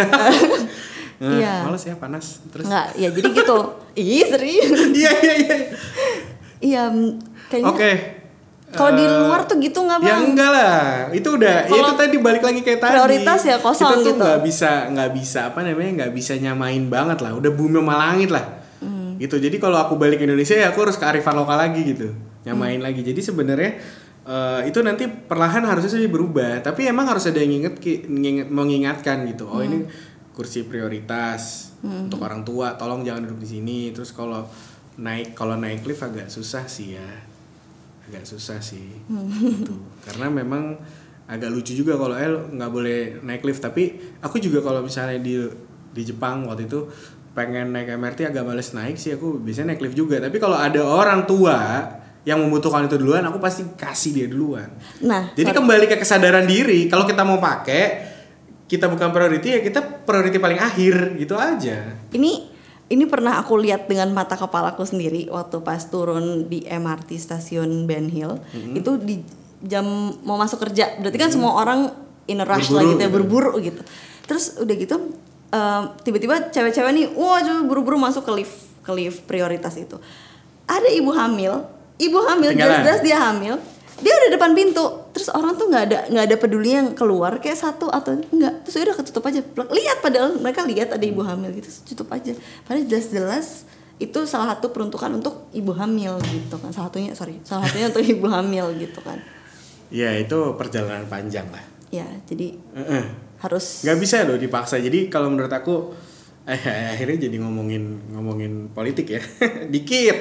iya. Males ya, panas. Terus enggak, ya jadi gitu. Ih, serius. Iya. Iya, kayaknya. Oke. Kalau di luar tuh gitu nggak bang? Ya enggak lah, itu udah. Ya itu tadi balik lagi kayak tadi. Prioritas ya kosong kita gitu. Kita tuh nggak bisa nggak bisa nyamain banget lah. Udah bumi sama langit lah. Gitu. Jadi kalau aku balik ke Indonesia ya aku harus kearifan lokal lagi gitu, nyamain lagi. Jadi sebenarnya itu nanti perlahan harusnya sih berubah. Tapi emang harus ada yang mengingatkan gitu. Oh ini kursi prioritas untuk orang tua, tolong jangan duduk di sini. Terus kalau naik lift agak susah sih ya. Gitu. Karena memang agak lucu juga kalau nggak boleh naik lift. Tapi aku juga kalau misalnya di Jepang waktu itu pengen naik MRT agak males naik sih, aku biasanya naik lift juga. Tapi kalau ada orang tua yang membutuhkan itu duluan, aku pasti kasih dia duluan. Nah, jadi kembali ke kesadaran diri. Kalau kita mau pakai, kita bukan priority ya kita priority paling akhir gitu aja. Ini ini pernah aku lihat dengan mata kepalaku sendiri waktu pas turun di MRT stasiun Ben Hill. Itu di jam mau masuk kerja, berarti kan semua orang in a rush lah gitu ya, buru-buru gitu. Terus udah gitu tiba-tiba cewek-cewek nih, wah buru-buru masuk ke lift prioritas itu. Ada ibu hamil jelas-jelas dia hamil. Dia udah depan pintu, terus orang tuh nggak ada peduli yang keluar kayak satu atau enggak, terus udah ketutup aja. Lihat, padahal mereka lihat ada ibu hamil gitu, tutup aja. Padahal jelas-jelas itu salah satu peruntukan untuk ibu hamil gitu kan. Salah satunya untuk ibu hamil gitu kan. Ya itu perjalanan panjang lah. Ya jadi harus. Nggak bisa loh dipaksa. Jadi kalau menurut aku akhirnya jadi ngomongin politik ya dikit.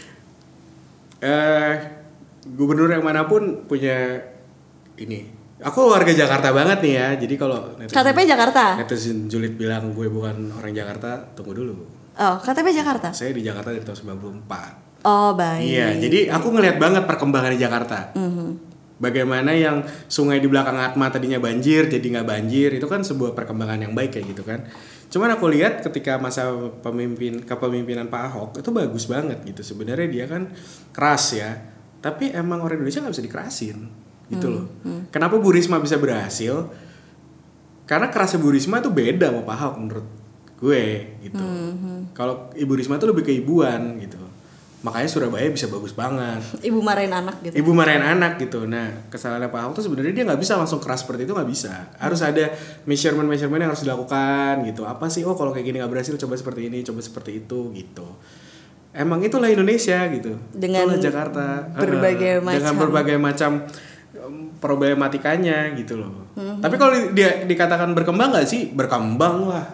Gubernur yang manapun punya ini. Aku warga Jakarta banget nih ya. Jadi kalau KTP Jakarta. Netizen julid bilang gue bukan orang Jakarta, tunggu dulu. Oh, KTP Jakarta. Saya di Jakarta dari tahun 94. Oh, baik. Iya, jadi aku ngelihat banget perkembangan di Jakarta. Bagaimana yang sungai di belakang Atma tadinya banjir jadi nggak banjir, itu kan sebuah perkembangan yang baik kayak gitu kan. Cuman aku lihat ketika masa kepemimpinan Pak Ahok itu bagus banget gitu. Sebenarnya dia kan keras ya. Tapi emang orang Indonesia nggak bisa dikerasin gitu loh. Kenapa Bu Risma bisa berhasil? Karena kerasnya Bu Risma itu beda sama Pak Ahok menurut gue gitu. Kalau Ibu Risma itu lebih keibuan gitu. Makanya Surabaya bisa bagus banget. Ibu marahin anak gitu. Ibu marahin anak gitu. Nah kesalahan Pak Ahok tuh sebenarnya dia nggak bisa langsung keras seperti itu, nggak bisa. Harus ada measurement yang harus dilakukan gitu. Apa sih? Oh kalau kayak gini nggak berhasil, coba seperti ini, coba seperti itu gitu. Emang itulah Indonesia gitu. Dengan itulah Jakarta. Dengan berbagai macam problematikanya gitu loh. Tapi kalau dia dikatakan berkembang nggak sih? Berkembang lah.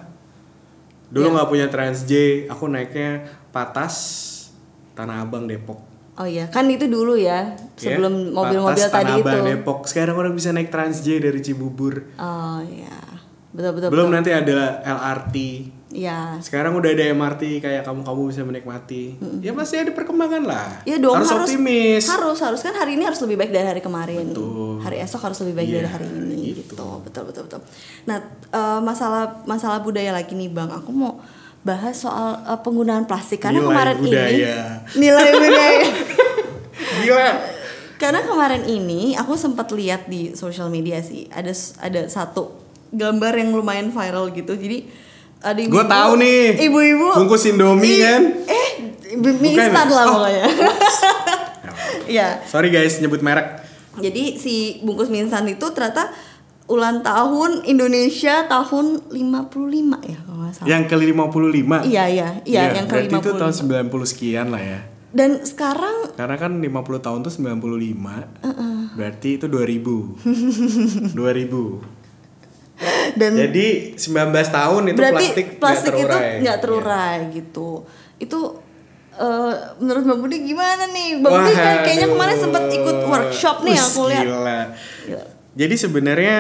Dulu nggak punya Trans J, aku naiknya Patas, Tanah Abang, Depok. Oh iya, kan itu dulu ya, sebelum mobil-mobil Patas, tadi Tanah Abang, itu. Depok. Sekarang orang bisa naik Trans J dari Cibubur. Oh iya, betul. Belum nanti ada LRT. Iya. Sekarang udah ada MRT, kayak kamu bisa menikmati. Ya pasti ada perkembangan lah. Ya dong, harus optimis. Harus kan hari ini harus lebih baik dari hari kemarin. Betul. Hari esok harus lebih baik dari hari ini gitu. Betul. Nah, masalah budaya lagi nih Bang. Aku mau bahas soal penggunaan plastik karena kemarin ini nilai budaya. Gila. Karena kemarin ini aku sempat lihat di sosial media sih, ada satu gambar yang lumayan viral gitu. Jadi ada ibu-ibu, gue tahu nih, ibu-ibu bungkus Indomie kan? Mie instan lah pokoknya. Ya. Sorry guys, nyebut merek. Jadi si bungkus mie instan itu ternyata ulang tahun Indonesia tahun 55 ya kalau nggak salah. Yang ke-55? Iya, yang ke-55. Berarti itu tahun 90 sekian lah ya. Dan sekarang karena kan 50 tahun tuh 95. Berarti itu 2000. 2000. Dan jadi 19 tahun itu plastik itu nggak terurai gitu. Itu menurut Mbak Budi gimana nih? Mbak Budi kayaknya kemarin sempat ikut workshop nih aku lihat. Gila. Jadi sebenarnya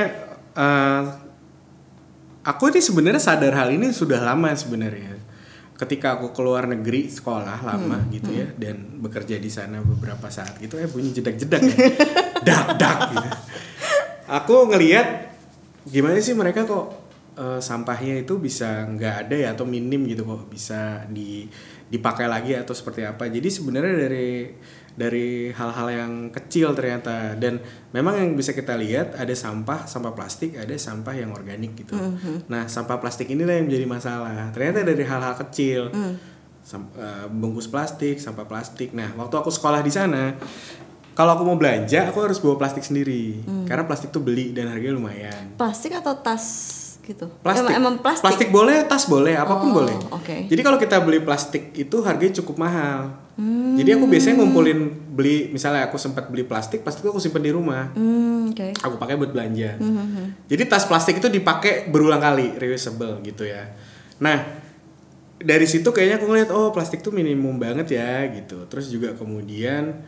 aku ini sebenarnya sadar hal ini sudah lama sebenarnya. Ketika aku keluar negeri sekolah lama gitu ya dan bekerja di sana beberapa saat gitu bunyi jedak-jedak ya. Dak gitu. Aku ngelihat gimana sih mereka kok sampahnya itu bisa nggak ada ya atau minim gitu kok bisa dipakai lagi atau seperti apa. Jadi sebenarnya dari hal-hal yang kecil ternyata, dan memang yang bisa kita lihat ada sampah plastik, ada sampah yang organik gitu. Nah sampah plastik inilah yang menjadi masalah. Ternyata dari hal-hal kecil, bungkus plastik, sampah plastik. Nah waktu aku sekolah di sana, kalau aku mau belanja, aku harus bawa plastik sendiri. Karena plastik tuh beli dan harganya lumayan. Plastik atau tas gitu? Plastik. Emang plastik? Plastik boleh, tas boleh, apapun boleh. Okay. Jadi kalau kita beli plastik itu harganya cukup mahal. Jadi aku biasanya beli, misalnya aku sempat beli plastik aku simpen di rumah. Okay. Aku pakai buat belanja. Jadi tas plastik itu dipakai berulang kali, reusable gitu ya. Nah, dari situ kayaknya aku ngeliat plastik tuh minimum banget ya gitu. Terus juga kemudian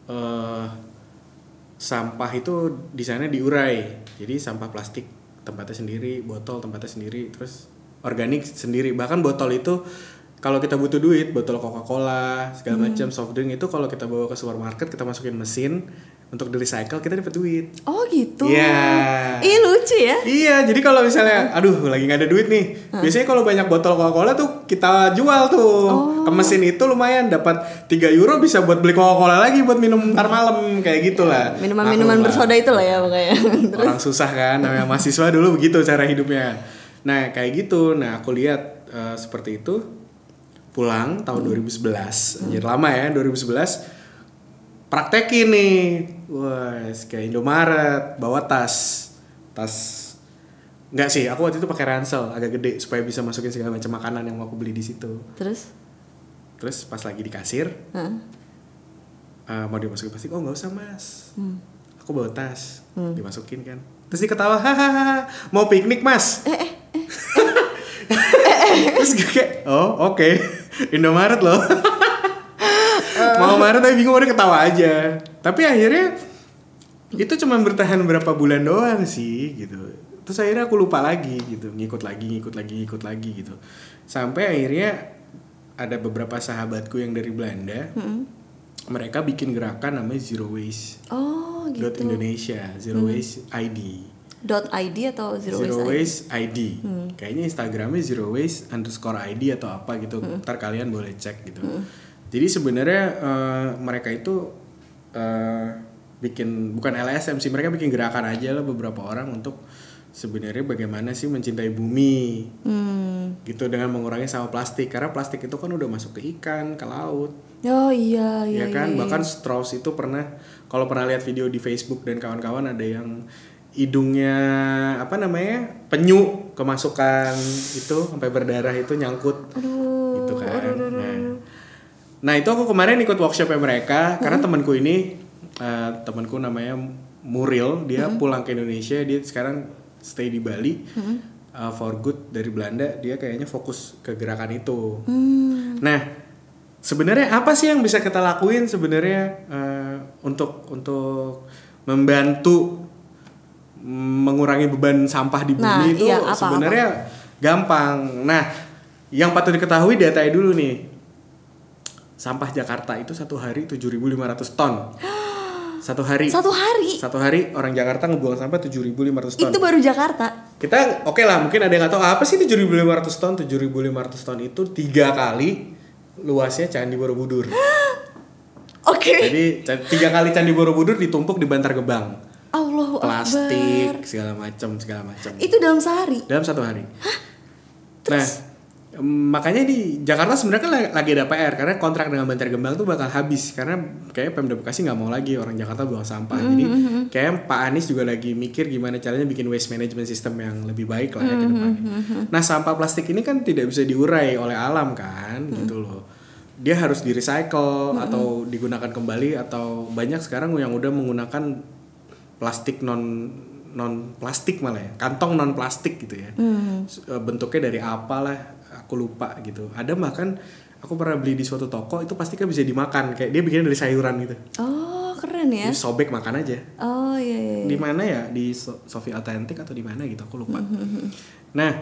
sampah itu di sana diurai. Jadi sampah plastik tempatnya sendiri, botol tempatnya sendiri, terus organik sendiri. Bahkan botol itu kalau kita butuh duit, botol Coca-Cola segala macam soft drink itu kalau kita bawa ke supermarket, kita masukin mesin, untuk di recycle kita dapat duit. Oh gitu. Iya. Ih lucu ya. Iya, jadi kalau misalnya aduh lagi nggak ada duit nih. Biasanya kalau banyak botol Coca-Cola tuh kita jual tuh. Ke mesin itu lumayan dapat 3 euro bisa buat beli Coca-Cola lagi buat minum ntar malam kayak gitulah. Minuman bersoda itu lah ya pokoknya. Orang susah kan, namanya mahasiswa dulu begitu cara hidupnya. Nah, kayak gitu. Nah, aku lihat seperti itu. Pulang tahun 2011. Anjir lama ya, 2011. Praktekin nih, wah kayak Indomaret, bawa tas, nggak sih, aku waktu itu pakai ransel agak gede supaya bisa masukin segala macam makanan yang mau aku beli di situ. Terus pas lagi di kasir, mau dimasukin plastik, oh nggak usah mas, aku bawa tas, dimasukin kan, terus dia ketawa, hahaha, mau piknik mas, terus gue kayak, oh oke. Indomaret loh. Mau marah tapi bingung, udah ketawa aja. Tapi akhirnya itu cuma bertahan berapa bulan doang sih gitu. Terus akhirnya aku lupa lagi gitu, ngikut lagi gitu. Sampai akhirnya ada beberapa sahabatku yang dari Belanda. Mereka bikin gerakan namanya Zero Waste. Oh gitu. Indonesia, Zero Waste ID. .id atau Zero Waste ID. Kayaknya Instagramnya Zero Waste _ID atau apa gitu. Ntar kalian boleh cek gitu. Jadi sebenarnya mereka itu bikin bukan LSM sih, mereka bikin gerakan aja lah beberapa orang untuk sebenarnya bagaimana sih mencintai bumi. Gitu dengan mengurangi sampah plastik, karena plastik itu kan udah masuk ke ikan, ke laut. Oh iya kan. Iya. Bahkan Strauss itu kalau pernah lihat video di Facebook dan kawan-kawan ada yang hidungnya penyu kemasukan itu sampai berdarah itu nyangkut. Gitu kan. Nah itu aku kemarin ikut workshopnya mereka karena temanku ini temanku namanya Muril, dia pulang ke Indonesia, dia sekarang stay di Bali for good dari Belanda, dia kayaknya fokus ke gerakan itu. Nah sebenarnya apa sih yang bisa kita lakuin sebenarnya untuk membantu mengurangi beban sampah di bumi itu sebenarnya gampang. Nah, yang patut diketahui datanya dulu nih. Sampah Jakarta itu satu hari 7.500 ton. Satu hari orang Jakarta ngebuang sampah 7.500 ton. Itu baru Jakarta. Kita oke lah, mungkin ada yang nggak tahu apa sih 7.500 ton. 7.500 ton itu 3 kali luasnya Candi Borobudur. Oke. Jadi 3 kali Candi Borobudur ditumpuk di Bantar Gebang. Allahu plastik Akbar. segala macam. Itu dalam sehari? Dalam 1 hari. Hah? Nah, makanya di Jakarta sebenarnya kan lagi ada PR karena kontrak dengan Bantar Gebang tuh bakal habis karena kayak Pemda Bekasi nggak mau lagi orang Jakarta buang sampah. Jadi kayak Pak Anies juga lagi mikir gimana caranya bikin waste management system yang lebih baik lah ya ke depannya. Nah, sampah plastik ini kan tidak bisa diurai oleh alam kan, gitu loh. Dia harus di recycle atau digunakan kembali, atau banyak sekarang yang udah menggunakan plastik non plastik malah ya, kantong non plastik gitu ya. Bentuknya dari apalah aku lupa gitu. Ada bahkan aku pernah beli di suatu toko itu plastiknya bisa dimakan, kayak dia bikinnya dari sayuran gitu. Oh keren ya. Jadi sobek makan aja. Oh iya. Di mana ya, di Sofi Authentic atau di mana gitu aku lupa. Nah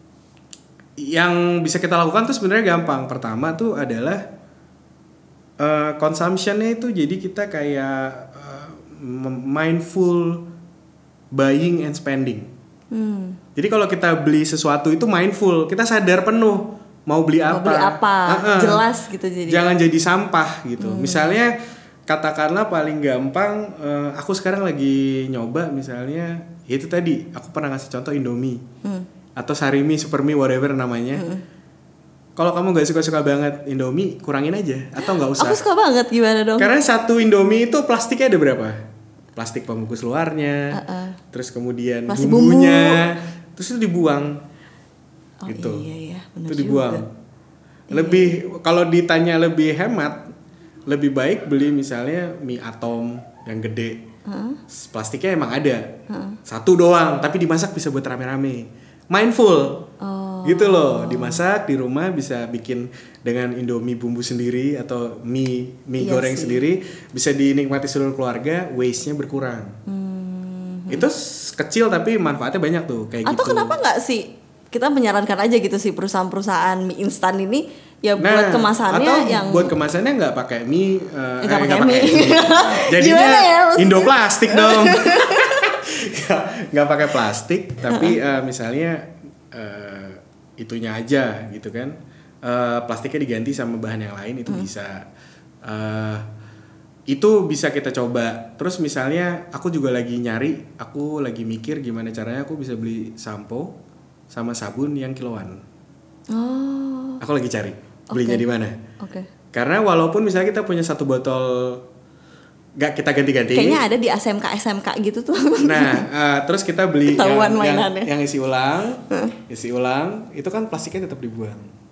yang bisa kita lakukan tuh sebenarnya gampang. Pertama tuh adalah consumption-nya itu, jadi kita kayak mindful buying and spending. Jadi kalau kita beli sesuatu itu mindful, kita sadar penuh mau beli apa. Jelas gitu jadi. Jangan jadi sampah gitu. Misalnya katakanlah paling gampang, aku sekarang lagi nyoba misalnya, itu tadi aku pernah ngasih contoh Indomie atau Sarimi, Supermi, whatever namanya. Kalau kamu gak suka-suka banget Indomie, kurangin aja atau gak usah. Aku suka banget, gimana dong? Karena satu Indomie itu plastiknya ada berapa? Plastik pembungkus luarnya, terus kemudian plastik bumbunya, terus itu dibuang. Oh, gitu. Iya, benar itu dibuang. Juga. Lebih kalau ditanya lebih hemat, lebih baik beli misalnya mie atom yang gede. Plastiknya emang ada. Satu doang, tapi dimasak bisa buat rame-rame. Mindful. Gitu loh, dimasak di rumah bisa bikin dengan Indomie bumbu sendiri atau mie goreng sendiri, bisa dinikmati seluruh keluarga, waste-nya berkurang. Itu kecil tapi manfaatnya banyak tuh kayak atau gitu. Kenapa nggak sih kita menyarankan aja gitu sih perusahaan-perusahaan mie instan ini Ya buat kemasannya atau yang buat kemasannya nggak pakai mie, nggak pakai mie. Jadinya ya, Indoplastik dong. Nggak pakai plastik, tapi misalnya itunya aja gitu kan. Plastiknya diganti sama bahan yang lain itu bisa. Itu bisa kita coba. Terus misalnya aku juga lagi aku lagi mikir gimana caranya aku bisa beli sampo sama sabun yang kiloan. Oh. Aku lagi cari belinya di mana. Oke. Karena walaupun misalnya kita punya satu botol gak kita ganti-ganti. Kayaknya ada di SMK gitu tuh. Nah, terus kita beli yang isi ulang, itu kan plastiknya tetap dibuang.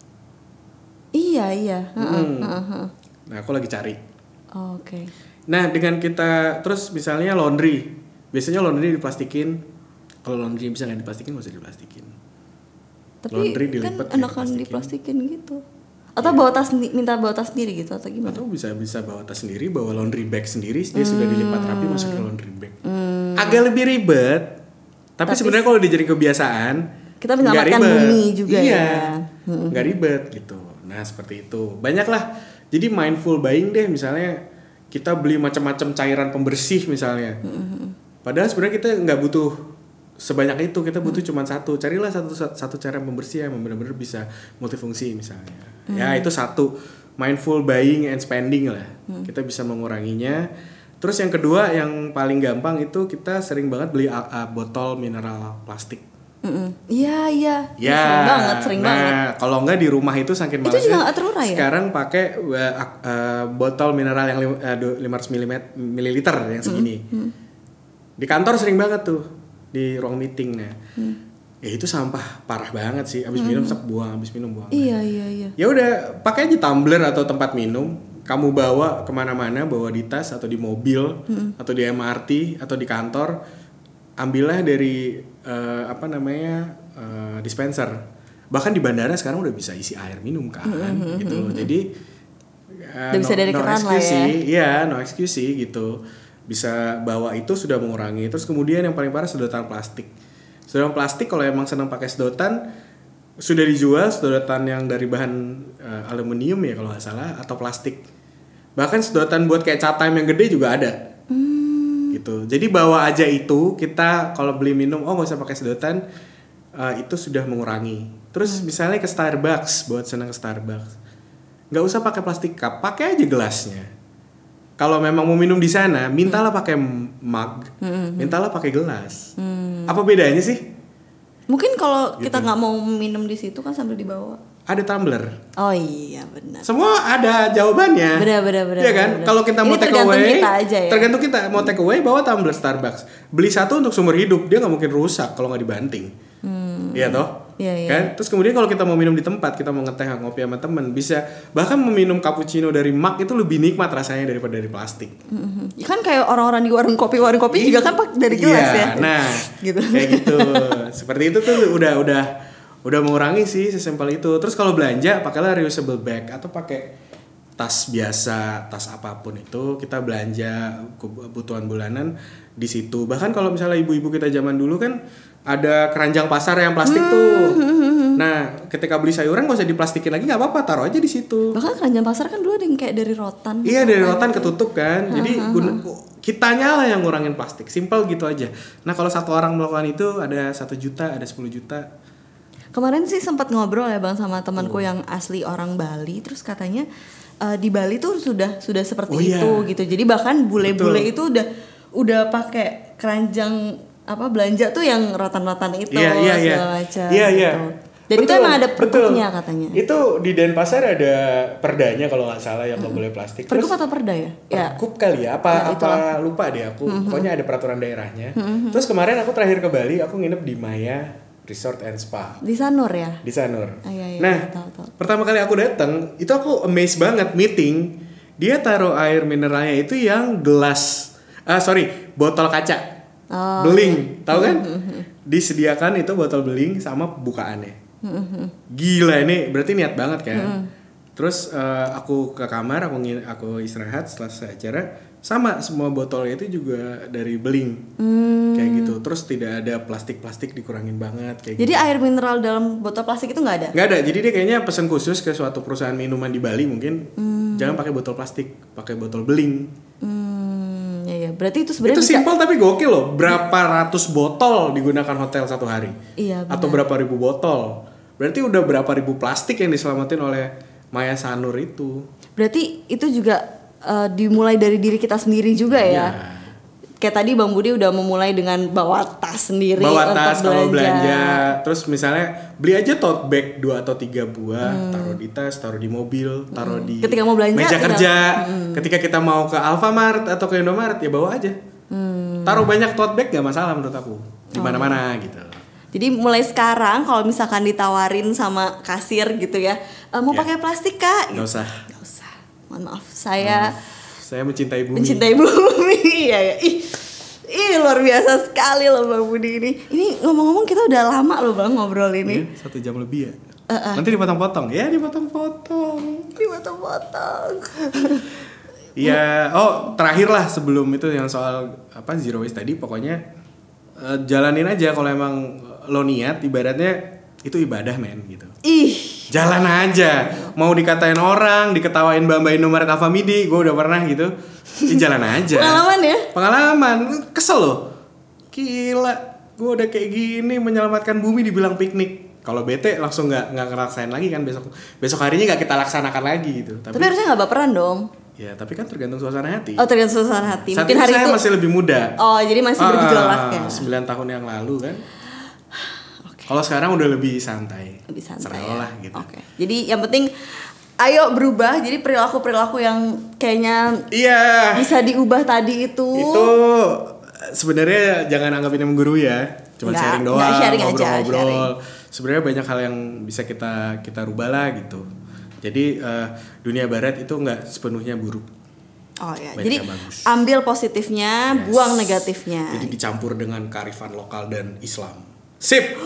Iya. Nah, aku lagi cari. Oke. Nah, dengan kita terus misalnya laundry, biasanya laundry diplastikin. Kalau laundry bisa nggak diplastikin, nggak usah diplastikin. Tapi laundry kan dilipet, enakan diplastikin gitu. Atau bawa tas, minta bawa tas sendiri gitu atau gimana? Atau bisa bawa tas sendiri, bawa laundry bag sendiri, dia sudah dilipat rapi masuk ke laundry bag. Agak lebih ribet, tapi sebenarnya kalau dijadiin kebiasaan, kita menyelamatkan bumi juga ya. Nggak ribet gitu. Nah seperti itu, banyak lah. Jadi mindful buying deh, misalnya kita beli macam-macam cairan pembersih misalnya. Padahal sebenarnya kita nggak butuh sebanyak itu, kita butuh cuma satu. Carilah satu cairan pembersih yang benar-benar bisa multifungsi misalnya. Ya itu satu, mindful buying and spending lah. Kita bisa menguranginya. Terus yang kedua yang paling gampang itu kita sering banget beli botol mineral plastik. Iya. Sering banget. Nah, kalau enggak di rumah itu saking malasnya. Itu juga nggak terurai ya? Sekarang pakai botol mineral yang 500 ml yang segini. Di kantor sering banget tuh di ruang meeting. Nah, ya itu sampah parah banget sih. Abis minum buang, abis minum buang. Iya. Ya udah pakai aja tumbler atau tempat minum. Kamu bawa kemana-mana, bawa di tas atau di mobil atau di MRT atau di kantor. Ambillah dari dispenser. Bahkan di bandara sekarang udah bisa isi air minum kan, gitu loh. Jadi udah bisa dari keran lah ya. Iya, no excuse sih gitu. Bisa bawa itu sudah mengurangi. Terus kemudian yang paling parah sedotan plastik. Sedotan plastik kalau emang senang pakai sedotan sudah dijual sedotan yang dari bahan aluminium ya kalau nggak salah atau plastik. Bahkan sedotan buat kayak cat time yang gede juga ada. Gitu. Jadi bawa aja itu, kita kalau beli minum nggak usah pakai sedotan, itu sudah mengurangi. Terus misalnya ke Starbucks, buat senang ke Starbucks, nggak usah pakai plastik cup, pakai aja gelasnya. Kalau memang mau minum di sana, mintalah pakai mug, mintalah pakai gelas. Apa bedanya sih? Mungkin kalau kita nggak mau minum di situ kan sambil dibawa. Ada tumbler. Oh iya benar. Semua ada jawabannya. Benar. Iya kan? Kalau kita mau take away, kita aja ya. Tergantung kita mau take away bawa tumbler Starbucks. Beli satu untuk seumur hidup, dia nggak mungkin rusak kalau nggak dibanting. Iya toh? Iya. Kan? Terus kemudian kalau kita mau minum di tempat, kita mau ngeteh ngopi sama temen, bisa bahkan meminum cappuccino dari mug itu lebih nikmat rasanya daripada dari plastik. Kan kayak orang-orang di warung kopi juga kan dari gelas ya. Nah, gitu. Kayak gitu. Seperti itu tuh udah mengurangi sih sesimpel itu. Terus kalau belanja pakailah reusable bag atau pakai tas biasa, tas apapun itu kita belanja kebutuhan bulanan di situ. Bahkan kalau misalnya ibu-ibu kita zaman dulu kan ada keranjang pasar yang plastik tuh. Nah, ketika beli sayuran gak usah diplastikin lagi, nggak apa-apa, taruh aja di situ. Bahkan keranjang pasar kan dulu ada yang kayak dari rotan. Iya, dari rotan ketutup kan. Jadi kitanya lah yang ngurangin plastik. Simple gitu aja. Nah, kalau satu orang melakukan itu ada 1 juta, ada 10 juta. Kemarin sih sempat ngobrol ya Bang sama temanku yang asli orang Bali, terus katanya di Bali tuh sudah seperti itu gitu. Jadi bahkan bule-bule itu udah pakai keranjang belanja tuh yang rotan-rotan itu segala macam. Iya. Gitu. Dan itu emang ada pergubnya katanya. Itu di Denpasar ada perdanya kalau nggak salah yang nggak boleh plastik. Pergub atau perda ya? Pergub kali ya? Apa lupa deh aku. Pokoknya ada peraturan daerahnya. Terus kemarin aku terakhir ke Bali, aku nginep di Maya Resort and Spa. Di Sanur ya? Di Sanur. Iya, nah, tahu. pertama kali aku datang, itu aku amazed banget meeting. Dia taruh air mineralnya itu yang botol kaca. Beling, tahu kan? Disediakan itu botol beling sama bukaannya. Gila, ini berarti niat banget kan? Terus aku ke kamar, aku istirahat setelah selesai acara. sama semua botolnya itu juga dari beling. Kayak gitu. Terus tidak ada plastik dikurangin banget kayak Jadi gitu. air mineral dalam botol plastik itu nggak ada? Nggak ada. Jadi dia kayaknya pesan khusus ke suatu perusahaan minuman di Bali mungkin jangan pakai botol plastik, pakai botol beling. Ya. Berarti itu sebenarnya Itu bisa. simpel tapi gokil loh. Berapa ratus botol digunakan hotel satu hari? Iya, benar. Atau berapa ribu botol? Berarti udah berapa ribu plastik yang diselamatin oleh Maya Sanur itu. Berarti itu juga dimulai dari diri kita sendiri juga ya. Iya. Kayak tadi Bang Budi udah memulai dengan bawa tas sendiri Bawa tas untuk kalau belanja. Terus misalnya beli aja tote bag 2 atau 3 buah, taruh di tas, taruh di mobil, taruh di Ketika mau belanja, meja tinggal- kerja. Ketika kita mau ke Alfamart atau ke Indomaret ya bawa aja. Taruh banyak tote bag gak masalah menurut aku. Di mana-mana gitu. Jadi mulai sekarang kalau misalkan ditawarin sama kasir gitu ya, mau Ya. pakai plastik Kak? Nggak usah. Nggak usah. Mohon maaf, saya Saya mencintai bumi. mencintai bumi. ya. Ih, luar biasa sekali loh Bang Budi ini. Ini ngomong-ngomong kita udah lama loh Bang ngobrol ini. Iya, 1 jam lebih ya. Nanti dipotong-potong. Ya dipotong-potong. Dipotong-potong. Iya, terakhir lah sebelum itu yang soal zero waste tadi, pokoknya jalanin aja kalau emang lo niat, ibaratnya itu ibadah men gitu. Ih, Jalan aja, mau dikatain orang, diketawain mbak-mbak Indomaret Alfamidi, gue udah pernah gitu, jalan aja. pengalaman ya? Pengalaman, kesel loh. Gila, gue udah kayak gini menyelamatkan bumi dibilang piknik. Kalau bete langsung nggak ngerasain lagi kan besok harinya nggak kita laksanakan lagi gitu. Tapi harusnya nggak baperan dong. Ya, tapi kan tergantung suasana hati. Oh, tergantung suasana hati. Saat Mungkin itu hari saya itu masih lebih muda. Oh, jadi masih bergejolak ya. 9 tahun yang lalu kan. Kalau sekarang udah lebih santai. Lebih santai. Serah Ya. lah gitu. Oke. Jadi yang penting ayo berubah. Jadi perilaku-perilaku yang kayaknya Iya. bisa diubah tadi itu. Itu sebenarnya jangan anggap ini menggurui ya. Cuma Nggak, sharing doang, nggak, sharing aja, ngobrol-ngobrol. sharing. Sebenarnya banyak hal yang bisa kita rubah lah gitu. Jadi dunia barat itu nggak sepenuhnya buruk. Oh ya. Banyak Jadi yang bagus. ambil positifnya, Yes. buang negatifnya. Jadi dicampur dengan kearifan lokal dan Islam. Sip.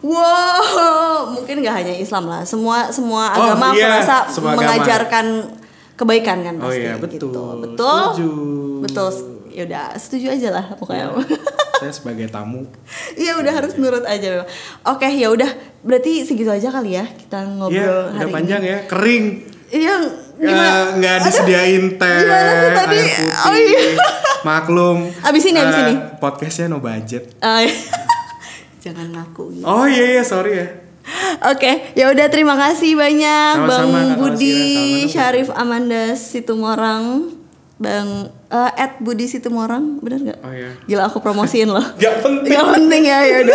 Wow, mungkin nggak hanya Islam lah, semua agama aku iya, rasa semua agama. mengajarkan kebaikan kan Oh pasti. iya, betul. Gitu. Betul. Setuju. Betul. Ya udah, setuju aja lah pokoknya. Saya sebagai tamu. Iya udah harus nurut aja memang. Oke, ya udah, berarti segitu aja kali ya kita ngobrol Iya, hari udah ini. panjang ya, kering. Iya, gimana? Nggak disediain teh, Gimana sih tadi? air putih. Oh iya. Maklum. Abis ini. Podcastnya no budget. Jangan ngaku gitu. Oh iya sorry ya. Oke, ya udah terima kasih banyak Sama-sama, Bang Kakak Budi Wasira. Syarif Amanda Situmorang, Bang Budi Situmorang, bener nggak? Oh iya. Gila aku promosiin loh. Gak penting. Gak penting ya udah.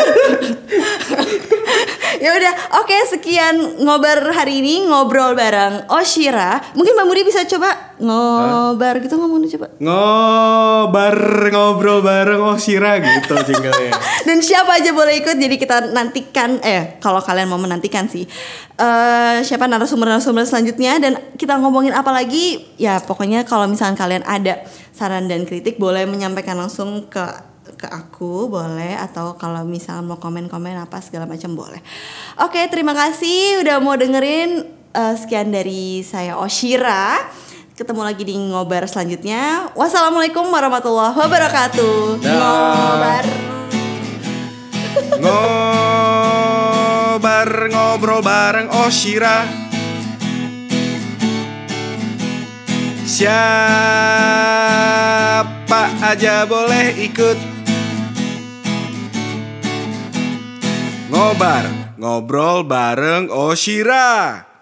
Ya udah, oke sekian ngobar hari ini ngobrol bareng Oshira. Mungkin Bang Budi bisa coba ngobar gitu ngomongnya coba. Ngobrol bareng Oshira gitu jinglenya. Dan siapa aja boleh ikut. Jadi kita nantikan kalau kalian mau menantikan sih siapa narasumber selanjutnya. Dan kita ngomongin apa lagi. Ya pokoknya kalau misalnya kalian ada saran dan kritik boleh menyampaikan langsung ke aku boleh. Atau kalau misalnya mau komen-komen apa segala macam boleh. Oke, terima kasih udah mau dengerin. Sekian dari saya Oshira. Ketemu lagi di ngobar selanjutnya. Wassalamualaikum warahmatullahi wabarakatuh. Ngobar. Ngobrol bareng Oshira. Siapa aja boleh ikut. Ngobrol bareng Oshira.